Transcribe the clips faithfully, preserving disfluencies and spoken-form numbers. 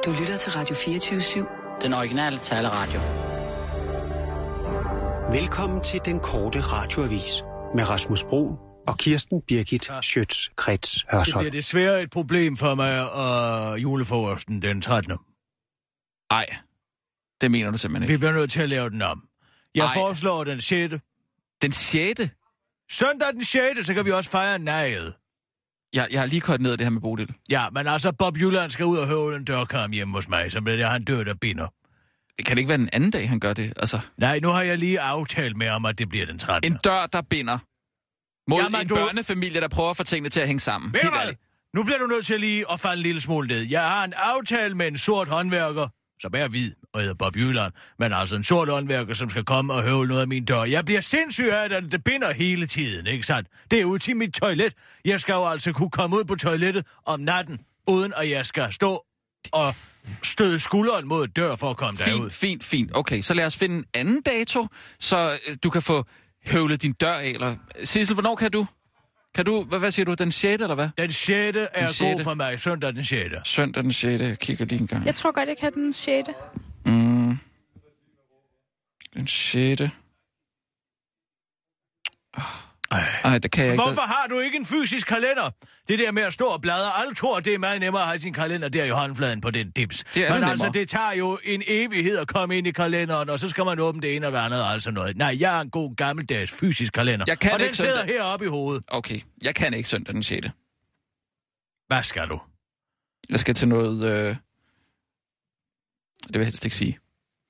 Du lytter til Radio fireogtyve syv. Den originale taleradio. Velkommen til den korte radioavis med Rasmus Bro og Kirsten Birgit Schøtz-Krets Hørsholm. Det bliver desværre et problem for mig og julefrokosten den trettende. Nej, det mener du simpelthen ikke. Vi bliver nødt til at lave den om. Jeg Ej. foreslår den sjette. Den sjette? Søndag den sjette, så kan vi også fejre nejet. Jeg, jeg har lige kørt ned af det her med Bodil. Ja, men altså Bob Jylland skal ud og høvle en dørkarm hjemme hos mig, som det er han dør, der binder. Det kan det ikke være den anden dag, han gør det? Altså... Nej, nu har jeg lige aftalt med ham, at det bliver den trettende. En dør, der binder. Mod Jamen, en du... børnefamilie, der prøver at få tingene til at hænge sammen. Ved du Nu bliver du nødt til lige at falde en lille smule ned. Jeg har en aftale med en sort håndværker, som er hvid og hedder Bob Jylland, men altså en sort håndværker, som skal komme og høvle noget af min dør. Jeg bliver sindssyg af, at det binder hele tiden, ikke sandt? Det er ude til mit toilet. Jeg skal jo altså kunne komme ud på toilettet om natten, uden at jeg skal stå og støde skulderen mod dør for at komme fint, derud. Fint, fint, fint. Okay, så lad os finde en anden dato, så du kan få høvlet din dør af. Eller... Sissel, hvornår kan du? Kan du, hvad, hvad siger du, den sjette eller hvad? Den sjette er den sjette. God for mig, søndag den sjette. Søndag den sjette, jeg kigger lige en gang. Jeg tror godt, jeg kan den sjette. Mm. Den sjette. Ej, det kan jeg ikke. Hvorfor har du ikke en fysisk kalender? Det der med at stå og bladre, alle tror, det er meget nemmere at have sin kalender der i håndfladen på den dips. Det er Men det altså, nemmere. det tager jo en evighed at komme ind i kalenderen, og så skal man åbne det ene og det andet og altså noget. Nej, jeg har en god gammeldags fysisk kalender, jeg kan og den ikke sidder søndag. heroppe i hovedet. Okay, jeg kan ikke søndag den sjette. Hvad skal du? Jeg skal til noget... Øh... Det vil jeg helst ikke sige.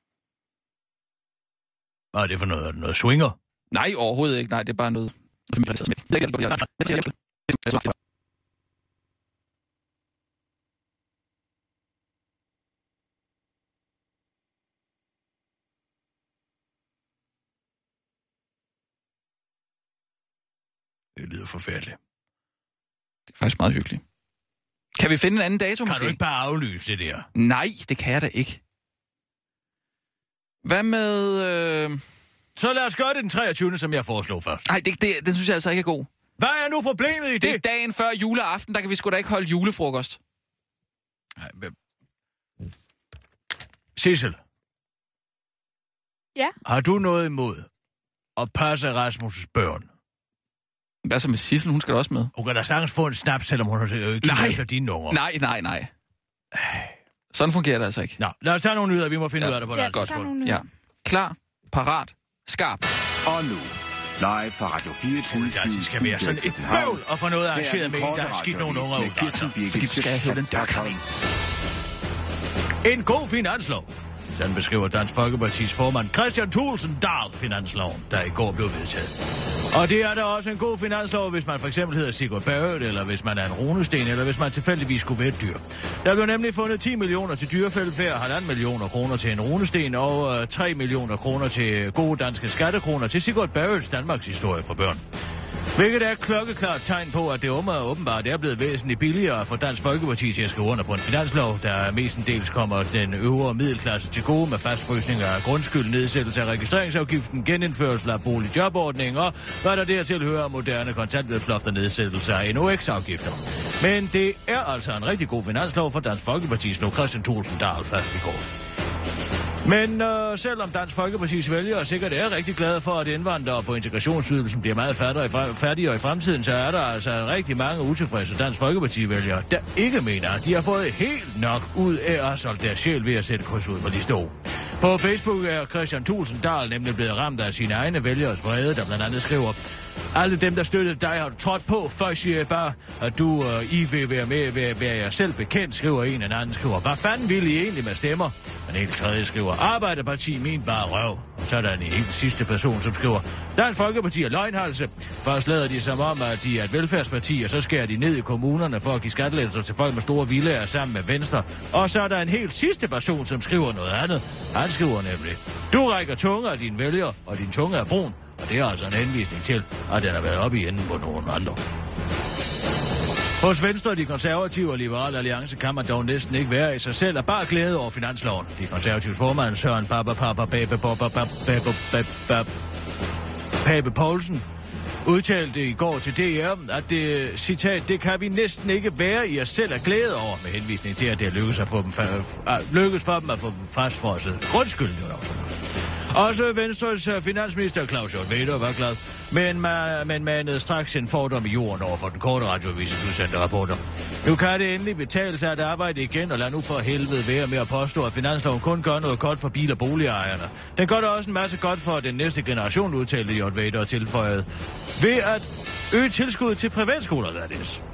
Hvad er det for noget? Noget swinger? Nej, overhovedet ikke. Nej, det er bare noget... Det lyder forfærdeligt. Det er faktisk meget hyggeligt. Kan vi finde en anden dato, kan måske? Kan du ikke bare aflyse det der? Nej, det kan jeg da ikke. Hvad med... Øh... Så lad os gøre det den treogtyvende, som jeg foreslog først. Nej, det, det, det synes jeg altså ikke er god. Hvad er nu problemet i det? Det er dagen før juleaften, der kan vi sgu da ikke holde julefrokost. Nej, men... Sissel. Ja? Har du noget imod at passe Rasmus' børn? Hvad så med Sissel? Hun skal da også med. Hun kan da sagtens få en snaps, selvom hun har ikke efter dine unger. Nej, nej, nej. Sådan fungerer det altså ikke. Nå, lad os tage nogle nyheder. Vi må finde ja. ud af det på ja, det. Godt. Ja, klar, parat, skarp. Og nu, live fra Radio fireogtyve. Det skal være sådan et bøvl at få noget arrangeret med en, der har skidt nogle unger ud. Altså. Fordi du skal have den dørkring. En god finanslov. Den beskriver Dansk Folkepartis formand Kristian Thulesen Dahl finansloven, der i går blev vedtaget. Og det er da også en god finanslov, hvis man for eksempel hedder Sigurd Barrett, eller hvis man er en runesten, eller hvis man tilfældigvis skulle være et dyr. Der blev nemlig fundet ti millioner til dyrevelfærd, halvanden millioner kroner til en runesten, og tre millioner kroner til gode danske skattekroner til Sigurd Barretts Danmarks historie for børn. Hvilket er et klokkeklart tegn på, at det åbenbart er blevet væsentligt billigere for Dansk Folkeparti til at skrive under på en finanslov, der mestendels kommer den øvre middelklasse til gode med fastfrysning af grundskyld, nedsættelse af registreringsafgiften, genindførelse af boligjobordning og hvad der dertil hører moderne kontanthjælpsloft og nedsættelse af N O X-afgifter. Men det er altså en rigtig god finanslov for Dansk Folkeparti, slog Kristian Thulesen Dahl fast i går. Men øh, selvom Dansk Folkepartis vælgere sikkert er rigtig glade for, at indvandrere på integrationsydelsen bliver meget fattigere i fremtiden, så er der altså rigtig mange utilfredse Dansk Folkeparti-vælgere, der ikke mener, at de har fået helt nok ud af at solde deres sjæl ved at sætte kryds ud på de stå. På Facebook er Kristian Thulesen Dahl nemlig blevet ramt af sine egne vælgeres vrede, der blandt andet skriver: alle dem, der støttede dig, har du trådt på. Først siger jeg bare, at du uh, I vil være med ved at være jer selv bekendt, skriver en, en anden skriver: hvad fanden vil I egentlig med stemmer? En helt tredje skriver: Arbejderparti, min bare røv. Og så er der en helt sidste person, som skriver: Dansk Folkeparti er løgnhalse. Først lader de som om, at de er et velfærdsparti, og så skærer de ned i kommunerne for at give skattelettelser til folk med store villaer sammen med Venstre. Og så er der en helt sidste person, som skriver noget andet. Han skriver nemlig: du rækker tunge af dine vælgere, og din tunge er brun. Og det er altså en henvisning til, at den har været oppe i enden på nogen andre. Hos Venstre, de konservative og Liberale Alliance kan man dog næsten ikke være i sig selv og bare glæde over finansloven. De konservative formand Søren Papa Papa Babe Papa Babe Pape Poulsen udtalte i går til D R, at det, citat, det kan vi næsten ikke være i os selv af glæde over, med henvisning til, at det er lykkedes, at få dem fa- lykkes for dem at få dem fastfrosset grundskylden. Også Venstres finansminister Claus Hjort Vedder var glad, men, ma- men manede straks en fordom i jorden over for den korte radioavises udsendte rapporter. Nu kan det endelig betale sig at arbejde igen, og lad nu for helvede være med at påstå, at finansloven kun gør noget godt for bil- og boligejerne. Den gør da også en masse godt for den næste generation, udtalte Hjort Vedder og tilføjede, ved at øge tilskuddet til privatskoler, der er det.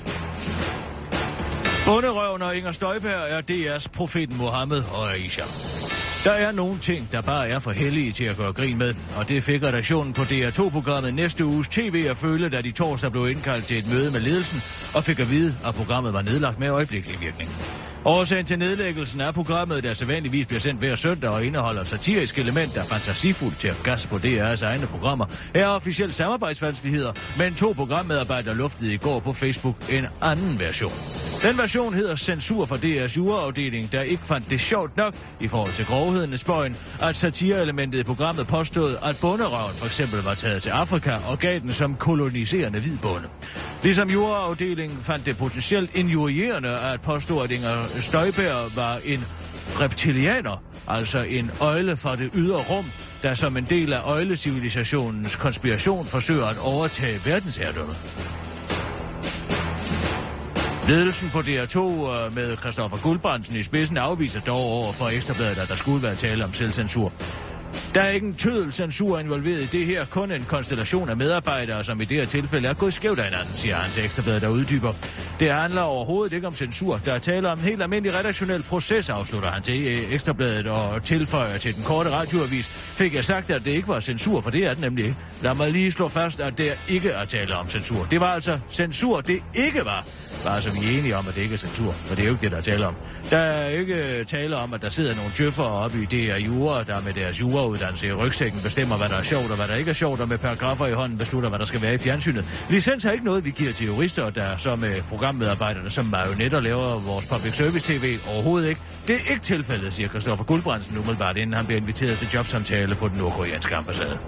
Bonderøven og Inger Støjberg er D R's profeten Mohammed og Aisha. Der er nogle ting, der bare er for heldige til at gøre grin med, og det fik redaktionen på D R to-programmet næste uges tv at føle, da de torsdag blev indkaldt til et møde med ledelsen, og fik at vide, at programmet var nedlagt med øjeblikkelig virkning. Årsagen til nedlæggelsen af programmet, der sædvanligvis bliver sendt hver søndag og indeholder et satirisk element, der er fantasifuldt til at gas på D R's egne programmer, er officielt samarbejdsvanskeligheder, men to programmedarbejdere luftede i går på Facebook en anden version. Den version hedder censur fra D R's juraafdeling, der ikke fandt det sjovt nok i forhold til grovheden af spøjen, at satireelementet i programmet påstod, at bonderøven for eksempel var taget til Afrika og gav den som koloniserende hvidbonde. Ligesom juraafdelingen fandt det potentielt injurierende at påstå, at Inger Støjberg var en reptilianer, altså en øgle fra det ydre rum, der som en del af øglecivilisationens konspiration forsøger at overtage verdensherredømmet. Ledelsen på D R to med Christoffer Guldbrandsen i spidsen afviser dog over for Ekstrabladet, at der skulle være tale om selvcensur. Der er ikke en tødel censur involveret i det her, kun en konstellation af medarbejdere, som i det her tilfælde er gået skævt af hinanden, siger han til Ekstrabladet, der uddyber. Det handler overhovedet ikke om censur. Der er tale om en helt almindelig redaktionel proces, afslutter han til Ekstrabladet og tilføjer til den korte radioavis. Fik jeg sagt, at det ikke var censur, for det er det nemlig ikke. Lad mig lige slå fast, at det ikke er tale om censur. Det var altså censur, det ikke var. Bare så vi er enige om, at det ikke er censur, for det er jo ikke det, der er tale om. Der er ikke tale om, at der sidder nogle djøffere oppe i D R Jura, der med deres jurauddannelse i rygsækken bestemmer, hvad der er sjovt og hvad der ikke er sjovt, og med paragrafer i hånden beslutter, hvad der skal være i fjernsynet. Licens er ikke noget, vi giver til jurister, der så med programmedarbejderne som marionetter laver vores public service tv overhovedet ikke. Det er ikke tilfældet, siger Christoffer Guldbrandsen umiddelbart, inden han bliver inviteret til jobsamtale på den nordkoreanske ambassade.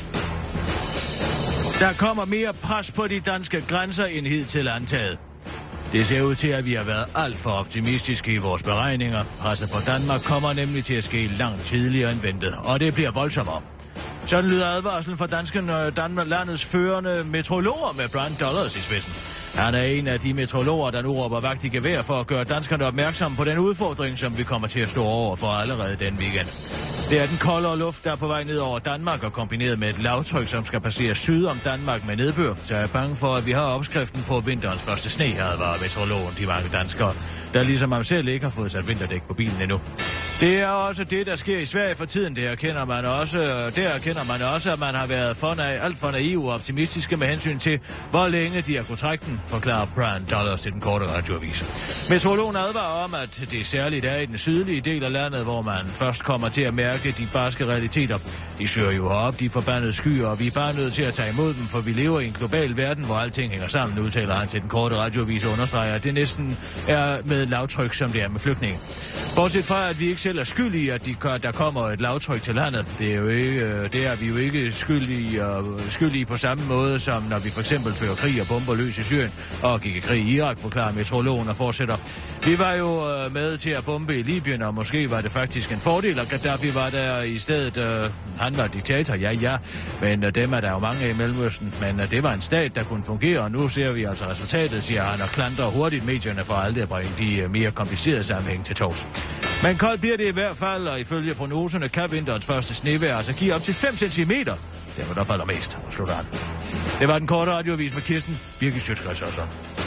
Der kommer mere pres på de danske grænser end hidtil antaget. Det ser ud til, at vi har været alt for optimistiske i vores beregninger. Presset på Danmark kommer nemlig til at ske langt tidligere end ventet, og det bliver voldsommere. Sådan lyder advarslen fra dansken og Danmark, landets førende meteorologer med Brian Dollars i spidsen. Han er en af de meteorologer, der nu råber vagt i gevær for at gøre danskerne opmærksomme på den udfordring, som vi kommer til at stå over for allerede den weekend. Det er den koldere luft, der er på vej ned over Danmark, og kombineret med et lavtryk, som skal passere syd om Danmark med nedbør, så er jeg bange for, at vi har opskriften på vinterens første sne, advarer meteorologen de mange danskere, der ligesom ham selv ikke har fået sat vinterdæk på bilen endnu. Det er også det, der sker i Sverige for tiden. Det erkender man også, der erkender man også, at man har været for na- alt for naiv og optimistiske med hensyn til, hvor længe de har kunnet trække den, forklarer Brian Dollars til den korte radioavis. Meteorologen advarer om, at det særligt er i den sydlige del af landet, hvor man først kommer til at mærke de barske realiteter. De søger jo herop, de forbandede skyer, og vi er bare nødt til at tage imod dem, for vi lever i en global verden, hvor alting hænger sammen, udtaler han til den korte radioavis og understreger, at det næsten er med lavtryk, som det er med flygtninge. Bortset fra, at vi ikke selv er skyldige, at de, der kommer et lavtryk til landet. Det er, jo ikke, det er vi jo ikke skyldige, skyldige på samme måde, som når vi for eksempel fører krig og bomber løs i Syrien og gik i krig i Irak, forklarer meteorologen og fortsætter. Vi var jo med til at bombe i Libyen, og måske var det faktisk en fordel, at Gaddafi var der i stedet. Uh, han var diktator, ja ja, men uh, dem er der jo mange af i Mellemøsten. Men uh, det var en stat, der kunne fungere, og nu ser vi altså resultatet, siger han, og klandrer hurtigt medierne for aldrig at bringe de uh, mere komplicerede sammenhæng til tors. Men koldt bliver det i hvert fald, og ifølge prognoserne kan vinterens første snevejr altså give op til fem centimeter. Det er, hvor der falder mest, slutter han. Det var den korte radioavis med Kirsten Birgit Schøtz-Krets også.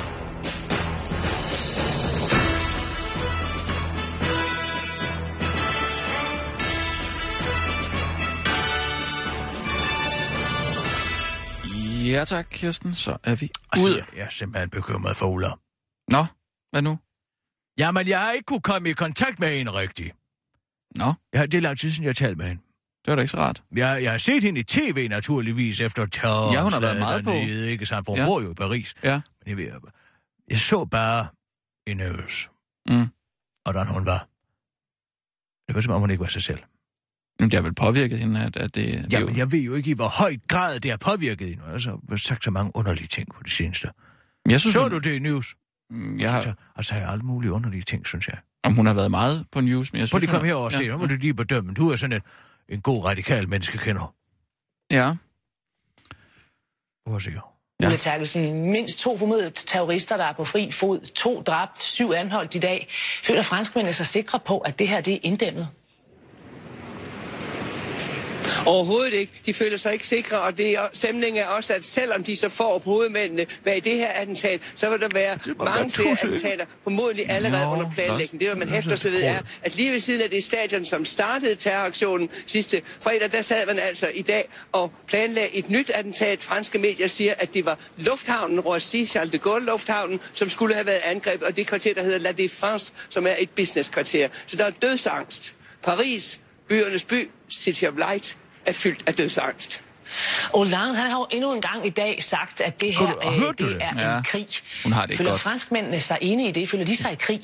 Ja tak, Kirsten, så er vi altså, ude. Jeg, jeg er simpelthen bekymret for Ulla. Nå, hvad nu? Jamen, jeg har ikke kunne komme i kontakt med hende rigtigt. Nå? Ja, det er lang tid siden, jeg talte med hende. Det var da ikke så rart. Jeg, jeg har set hende i tv naturligvis efter terror. Ja, hun har været meget på. Dernede, ikke sant? For hun ja. bor jo i Paris. Ja. Men jeg, jeg så bare en nervøs. Mm. Og hvordan hun var. Det var som om, hun ikke var sig selv. Men det har vel påvirket hende, at, at det... det Ja, jo... men jeg ved jo ikke, i hvor høj grad det har påvirket hende. Altså, jeg har sagt så mange underlige ting på det seneste. Jeg synes, så hun... du det i news? Jeg har... Altså, jeg har alle mulige underlige ting, synes jeg. Om hun har været meget på news, men jeg synes... Prøv lige kom hun... herover og se, ja. Nu må du lige bedømme. Du er sådan en, en god radikal menneskekender. Ja. Prøv at se. Ja. Ulla Terkelsen, mindst to formodede terrorister, der er på fri fod, to dræbt, syv anholdt i dag. Føler franskmændene sig sikre på, at det her det er inddæmmet? Overhovedet ikke. De føler sig ikke sikre, og det er, stemningen er også, at selvom de så får hovedmændene bag det her attentat, så vil der være mange flere attentater, formodentlig allerede Nå, under planlægning. Det, hvad man hæfter sig ved, er, at lige ved siden af det stadion, som startede terroraktionen sidste fredag, der sad man altså i dag og planlagde et nyt attentat. Franske medier siger, at det var lufthavnen, Roissy-Charles de Gaulle-lufthavnen, som skulle have været angrebet, og det kvarter, der hedder La Défense, som er et businesskvarter. Så der er dødsangst. Paris, byernes by, City of Light, er fyldt af dødsangst. Hollande, han har jo endnu en gang i dag sagt, at det her øh, det, det er ja. en krig. Hun har det Føler godt. franskmændene sig enige i det? Føler de sig i krig?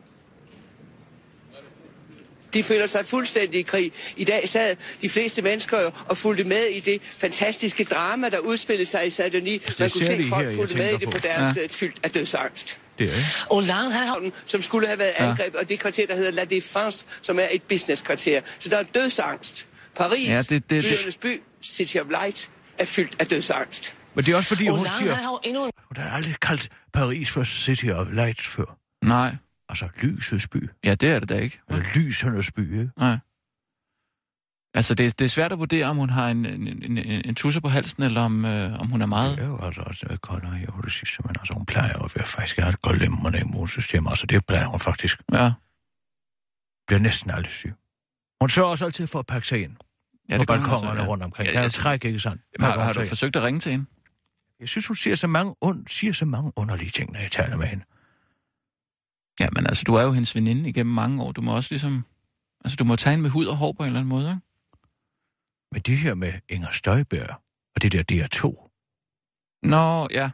De føler sig fuldstændig i krig. I dag sad de fleste mennesker jo og fulgte med i det fantastiske drama, der udspillede sig i Saint-Denis. Man kunne se, folk fulgte med i det på deres ja. fyldt af dødsangst. Det er Hollande, han har som skulle have været angrebet, ja. og det kvarter, der hedder La Défense, som er et businesskvarter. Så der er dødsangst. Paris, ja, det, det, byernes by, City of Light, er fyldt af dødsangst. Men det er også fordi, hun Hollande, siger... har endnu en... Hun har aldrig kaldt Paris for City of Light før. Nej. Altså, lysets by. Ja, det er det da ikke. Eller lysernes by, ikke? Nej. Altså, det, det er svært at vurdere, om hun har en, en, en, en tusse på halsen, eller om, øh, om hun er meget... Det er jo altså også koldere i det sidste, men altså, hun plejer jo at være faktisk at have et godt lemmerende immunsystem. Altså, det plejer hun faktisk. Ja. Bliver næsten aldrig syg. Hun sørger også altid for at pakke sig ind. Ja, på balkonerne altså, ja. rundt omkring. Ja, der er jo træk, ikke sandt? Har, har du forsøgt at ringe til hende? Jeg synes, hun siger så mange, und, siger så mange underlige ting, når jeg taler med hende. Ja, men altså, du er jo hendes veninde igennem mange år. Du må også ligesom... Altså, du må tage hende med hud og hår på en eller anden måde, ikke? Men det her med Inger Støjberg og det der D R to... Nå, ja.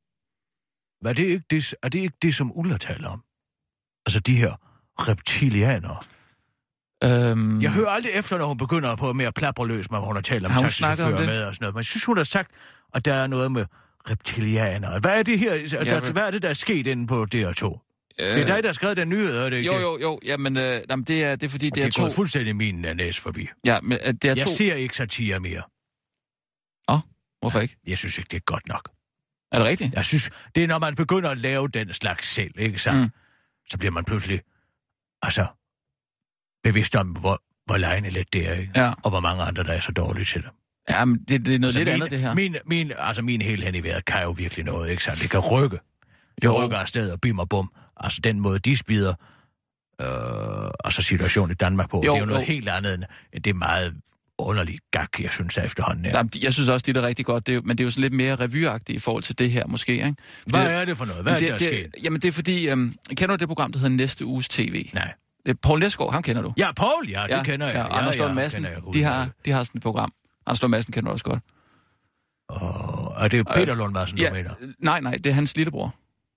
Er det ikke det, er det, ikke det som Ulla taler om? Altså, de her reptilianere... Øhm... Jeg hører aldrig efter, når hun begynder på mere plapperløs, når hun har talt om taxichauffører med og sådan noget. Men jeg synes, hun har sagt, at der er noget med reptilianere. Hvad er det her? Ja, der, men... Hvad er det, der er sket inde på D R to? Øh... Det er dig, der har skrevet den nyhed, er det ikke? Jo, jo, jo. Jamen, øh, jamen det, er, det er fordi, og D R to... det er gået fuldstændig min næse forbi. Ja, men uh, D R to... Jeg ser ikke satire mere. Åh, oh, hvorfor ja, ikke? Jeg synes ikke, det er godt nok. Er det rigtigt? Jeg synes, det er, når man begynder at lave den slags selv, ikke sandt? Mm. Så bliver man pludselig, altså... bevidst om, hvor, hvor lejende let det er, ikke? Ja. Og hvor mange andre, der er så dårlige til det. Ja, men det, det er noget altså lidt min, andet, det her. Min, min, altså min helt hen i vejret kan jo virkelig noget, ikke sandt? Det kan rykke. Det jo. rykker afsted og bim og bum. Altså den måde, de spider, øh, og så situationen i Danmark på, jo, det er jo noget jo. helt andet end det er meget underligt gak, jeg synes, efterhånden er. Jamen, jeg synes også, det er rigtig godt, det er, men det er jo sådan lidt mere revyagtigt i forhold til det her, måske, ikke? Hvad det, er det for noget? Hvad er det, der er sket? Jamen, det er fordi, øhm, kender du det program, der hedder Næste Uges T V? Nej. Det er Poul Nesgaard, ham kender du? Ja, Poul, ja, det ja, kender jeg. Ja, og Anders Lund Madsen, de har, de har sådan et program. Anders Lund Madsen kender du også godt. Og er det Peter Lund Madsen, du ja, mener? Nej, nej, det er hans lillebror.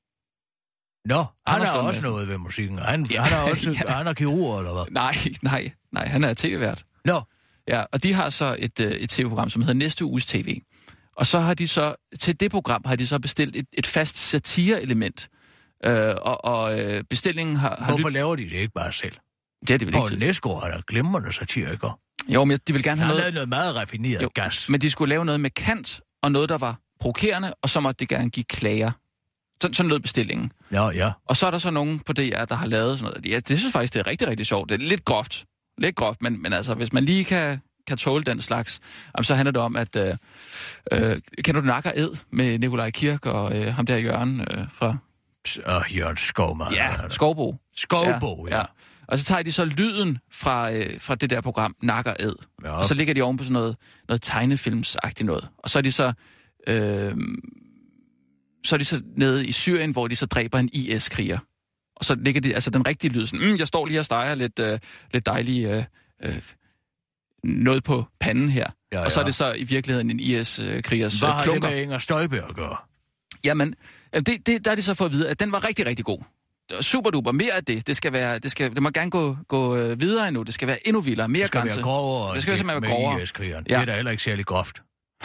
Nå, han har også Madsen. noget ved musikken. Han, ja, han er også ja. han er kirurg, eller hvad? Nej, nej, nej, han er tv-vært. Nå. Ja, og de har så et, et tv-program, som hedder Næste Uges T V. Og så har de så, til det program har de så bestilt et, et fast satire-element. Øh, og og øh, bestillingen har... har Hvorfor lyt... laver de det ikke bare selv? Det er det vel ikke. Poul Nesgaard er der glimrende satiriker. Jo, men de vil gerne have noget... noget... Han lavede noget meget raffineret jo, gas. Men de skulle lave noget med kant, og noget, der var provokerende, og så måtte de gerne give klager. Så, sådan lød bestillingen. Ja, ja. Og så er der så nogen på D R, der har lavet sådan noget. Ja, det synes faktisk, det er rigtig, rigtig sjovt. Det er lidt groft. Lidt groft, men, men altså, hvis man lige kan, kan tåle den slags, så handler det om, at... Øh, øh, kender du Nakker Ed med Nikolaj Kirk og øh, ham der Jørgen øh, fra... Og Jørgen Skovmand. Ja, Skovbo. Skovbo, ja. ja. Og så tager de så lyden fra, øh, fra det der program, Nakker Ed. Ja. Og så ligger de oven på sådan noget, noget tegnefilmsagtigt noget. Og så er de så... Øh, så er de så nede i Syrien, hvor de så dræber en I S-kriger. Og så ligger de, altså den rigtige lyd, sådan, mm, jeg står lige og steger lidt, øh, lidt dejlig øh, øh, noget på panden her. Ja, ja. Og så er det så i virkeligheden en I S-krigers klunker. Hvad har det med Inger Støjberg at gøre? Jamen, det, det, der er de så fået at vide, at den var rigtig, rigtig god. super duper, mere af det. Det skal være, det skal, det må gerne gå, gå videre endnu. Det skal være endnu vildere, mere grænse. Det skal grænse. være grovere. Det skal simpelthen være grovere. Ja. Det er da heller ikke særlig groft.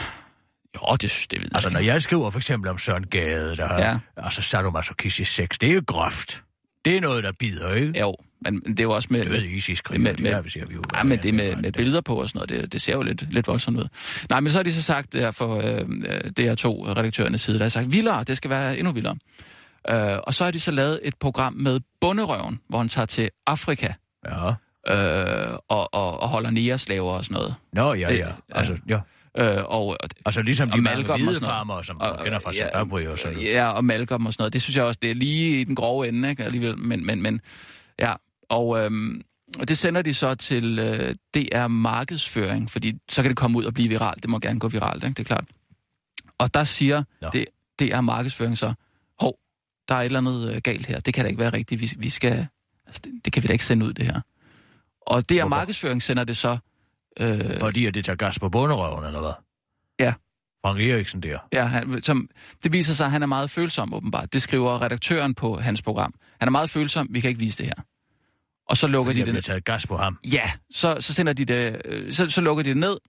Jo, det, det ved jeg. Altså, når jeg skriver for eksempel om Søren Gade, der har ja. altså sadomasochistisk sex, det er jo groft. Det er noget, der bider, ikke? Jo, men det er jo også med... Det ved I, skriver, med, det med, er, vi siger, vi jo... Ja, men det med, med billeder på og sådan noget, det, det ser jo lidt, lidt voldsomt ud. Nej, men så har de så sagt der for øh, D R to redaktørernes side, der har sagt, vildere, det skal være endnu vildere. Øh, og så har de så lavet et program med Bonderøven, hvor han tager til Afrika. Ja. Øh, og, og, og holder næreslaver og sådan noget. Nå, ja, ja. Altså, ja. Øh, og, og, altså ligesom de mange hvide farmer, farmer, som man kender fra Zimbabwe ja, og sådan noget. Ja, og Malcolm og sådan noget. Det synes jeg også, det er lige i den grove ende, ikke? Alligevel. Men, men, men ja, og øhm, det sender de så til øh, D R Markedsføring, fordi så kan det komme ud og blive viralt. Det må gerne gå viralt, ikke? Det er klart. Og der siger det, D R Markedsføring så, hov, der er et eller andet øh, galt her. Det kan da ikke være rigtigt. Vi, vi skal, altså, det, det kan vi da ikke sende ud, det her. Og D R Markedsføring sender det så... Øh, Fordi at det tager gas på bunderøven, eller hvad? Ja. Frank Eriksen der. Ja, han, som, det viser sig, at han er meget følsom, åbenbart. Det skriver redaktøren på hans program. Han er meget følsom, vi kan ikke vise det her. Og så lukker Fordi de det ned. taget gas på ham? Ja, så, så sender de det, så, så lukker de det ned,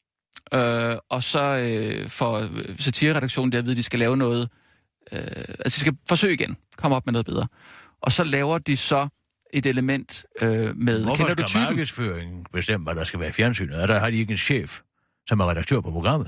øh, og så øh, får satireredaktionen der at vide, at de skal lave noget, øh, altså de skal forsøge igen, komme op med noget bedre. Og så laver de så et element øh, med... Hvorfor skal typen? Markedsføringen bestemme, hvad der skal være i fjernsynet? Er der har de ikke en chef, som er redaktør på programmet?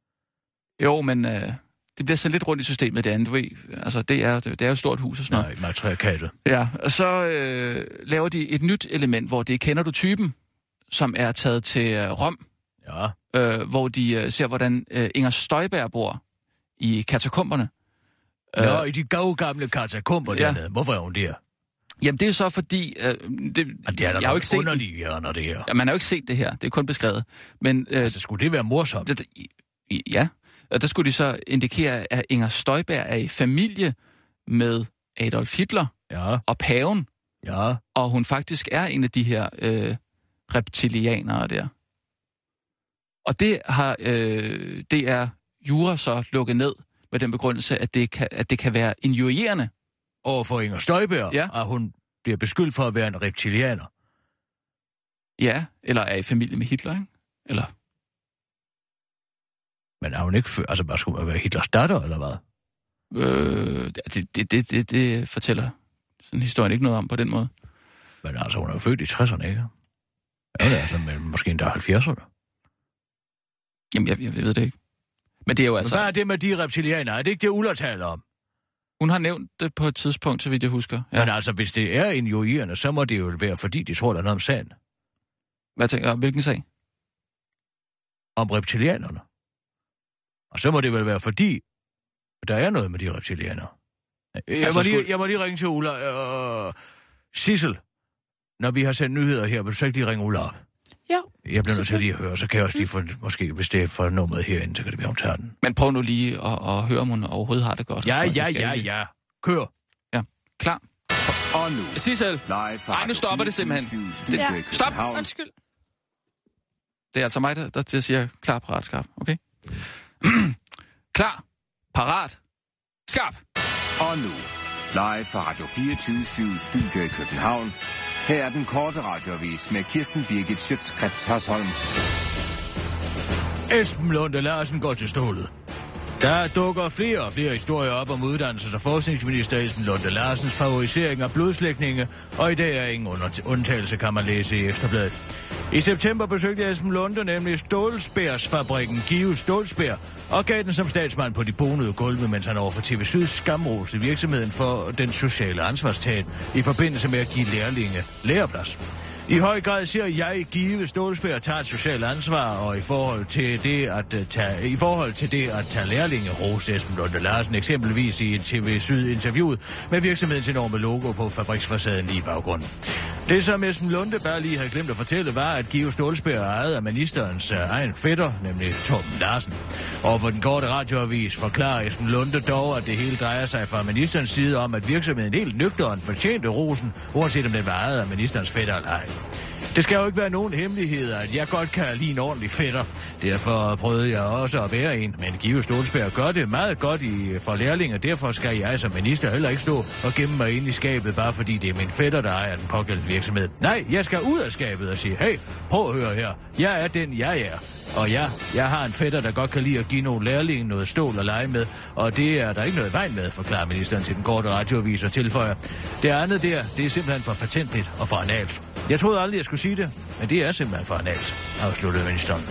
Jo, men øh, det bliver så lidt rundt i systemet, det andet, du ved. Altså, det er, det er jo et stort hus og sådan noget. Nej, matriarkatet. Ja, og så øh, laver de et nyt element, hvor det kender du typen, som er taget til øh, Rom. Ja. Øh, hvor de øh, ser, hvordan øh, Inger Støjberg bor i katakomberne. Nå, øh, i de gode gamle katakomber ja. dernede. Hvorfor er hun der? Jamen, det er så fordi... Øh, det, det er der jeg har jo ikke underlige hjørner, det her. Ja, man har jo ikke set det her. Det er kun beskrevet. Men, øh, altså, skulle det være morsomt? Det, ja. Og der skulle de så indikere, at Inger Støjberg er i familie med Adolf Hitler ja. og paven. Ja. Og hun faktisk er en af de her øh, reptilianere der. Og det har øh, det er Jura så lukket ned med den begrundelse, at det kan, at det kan være injurierende. Og for Inger Støjberg, ja. at hun bliver beskyldt for at være en reptilianer. Ja, eller er i familie med Hitler, ikke? Eller... Men er hun ikke... Fø- altså, bare skulle man være Hitlers datter, eller hvad? Øh, det, det, det, det, det fortæller sådan historien ikke noget om på den måde. Men altså, hun er jo født i tresserne, ikke? Ja, det er altså med, måske endda halvfjerdserne. Jamen, jeg, jeg ved det ikke. Men det er jo altså... Hvad er det med de reptilianer? Er det ikke det, Ulla taler om? Hun har nævnt det på et tidspunkt, så vidt jeg husker. Ja. Men altså, hvis det er injurierende, så må det jo være, fordi de tror, der er noget om sagen. Hvad tænker jeg? Hvilken sag? Om reptilianerne. Og så må det vel være, fordi der er noget med de reptilianer. Jeg, altså, må, lige, skulle... jeg må lige ringe til Ulla. Øh, Sissel, når vi har sendt nyheder her, vil du så ikke lige ringe Ulla op? Ja. Jeg bliver nødt til lige at høre, så kan jeg også lige få, måske, hvis det er for nummeret herinde, så kan det være, hun tager den. Men prøv nu lige at, at høre, om hun overhovedet har det godt. Ja, ja, ja, ja. Kør. Ja, klar. Og nu. Sissel. Nej, nu stopper det simpelthen. Det, ja. Stop. Undskyld. Det er altså mig, der, der, der siger klar, parat, skarp. Okay? Klar, parat, skarp. Og nu, live fra Radio fireogtyve syv Studio i København. Her er den korte radioavis med Kirsten Birgit Schøtz-Krets Hørsholm. Esben Lunde Larsen går til stålet. Der dukker flere og flere historier op om uddannelses- og forskningsminister Esben Lunde Larsens favorisering af blodslægtninge, og i dag er ingen undtagelse, kan man læse i Ekstrabladet. I september besøgte Esben Lunde nemlig Stålsbærsfabrikken Give Stålsbær og gav den som statsmand på de bonede gulve, mens han overfor T V Syd skamroste virksomheden for den sociale ansvarstagen i forbindelse med at give lærlinge læreplads. I høj grad ser jeg Give Stålsbær tage et socialt ansvar, og i forhold til det at tage, i forhold til det at tage lærlinge, roste Esben Lunde Larsen eksempelvis i et T V Syd interviewet med virksomhedens enorme logo på fabriksfacaden lige i baggrunden. Det, som Esben Lunde bare lige havde glemt at fortælle, var, at Georg Stålsberg er ejet af ministerens uh, egen fætter, nemlig Torben Larsen. Og for den korte radioavis forklarer Esben Lunde dog, at det hele drejer sig fra ministerens side om, at virksomheden helt nøgteren fortjente rosen, uanset om den var ejet af ministerens fætter eller ej. Det skal jo ikke være nogen hemmelighed, at jeg godt kan lide en ordentlig fætter. Derfor prøvede jeg også at være en, men Georg Stålsberg gør det meget godt i, for lærlinge. Derfor skal jeg som minister heller ikke stå og gemme mig ind i skabet, bare fordi det er min fætter, der ejer den pågældende virksomhed. Nej, jeg skal ud af skabet og sige, hey, prøv at høre her. Jeg er den, jeg er. Og ja, jeg har en fætter, der godt kan lide at give nogle lærlinge noget stål at lege med, og det er der ikke noget vej med, forklarer ministeren til den korte radioavis og tilføjer. Det andet der, det er simpelthen for patentligt og for analt. Jeg troede aldrig, jeg skulle sige det, men det er simpelthen for analt, afsluttede ministeren.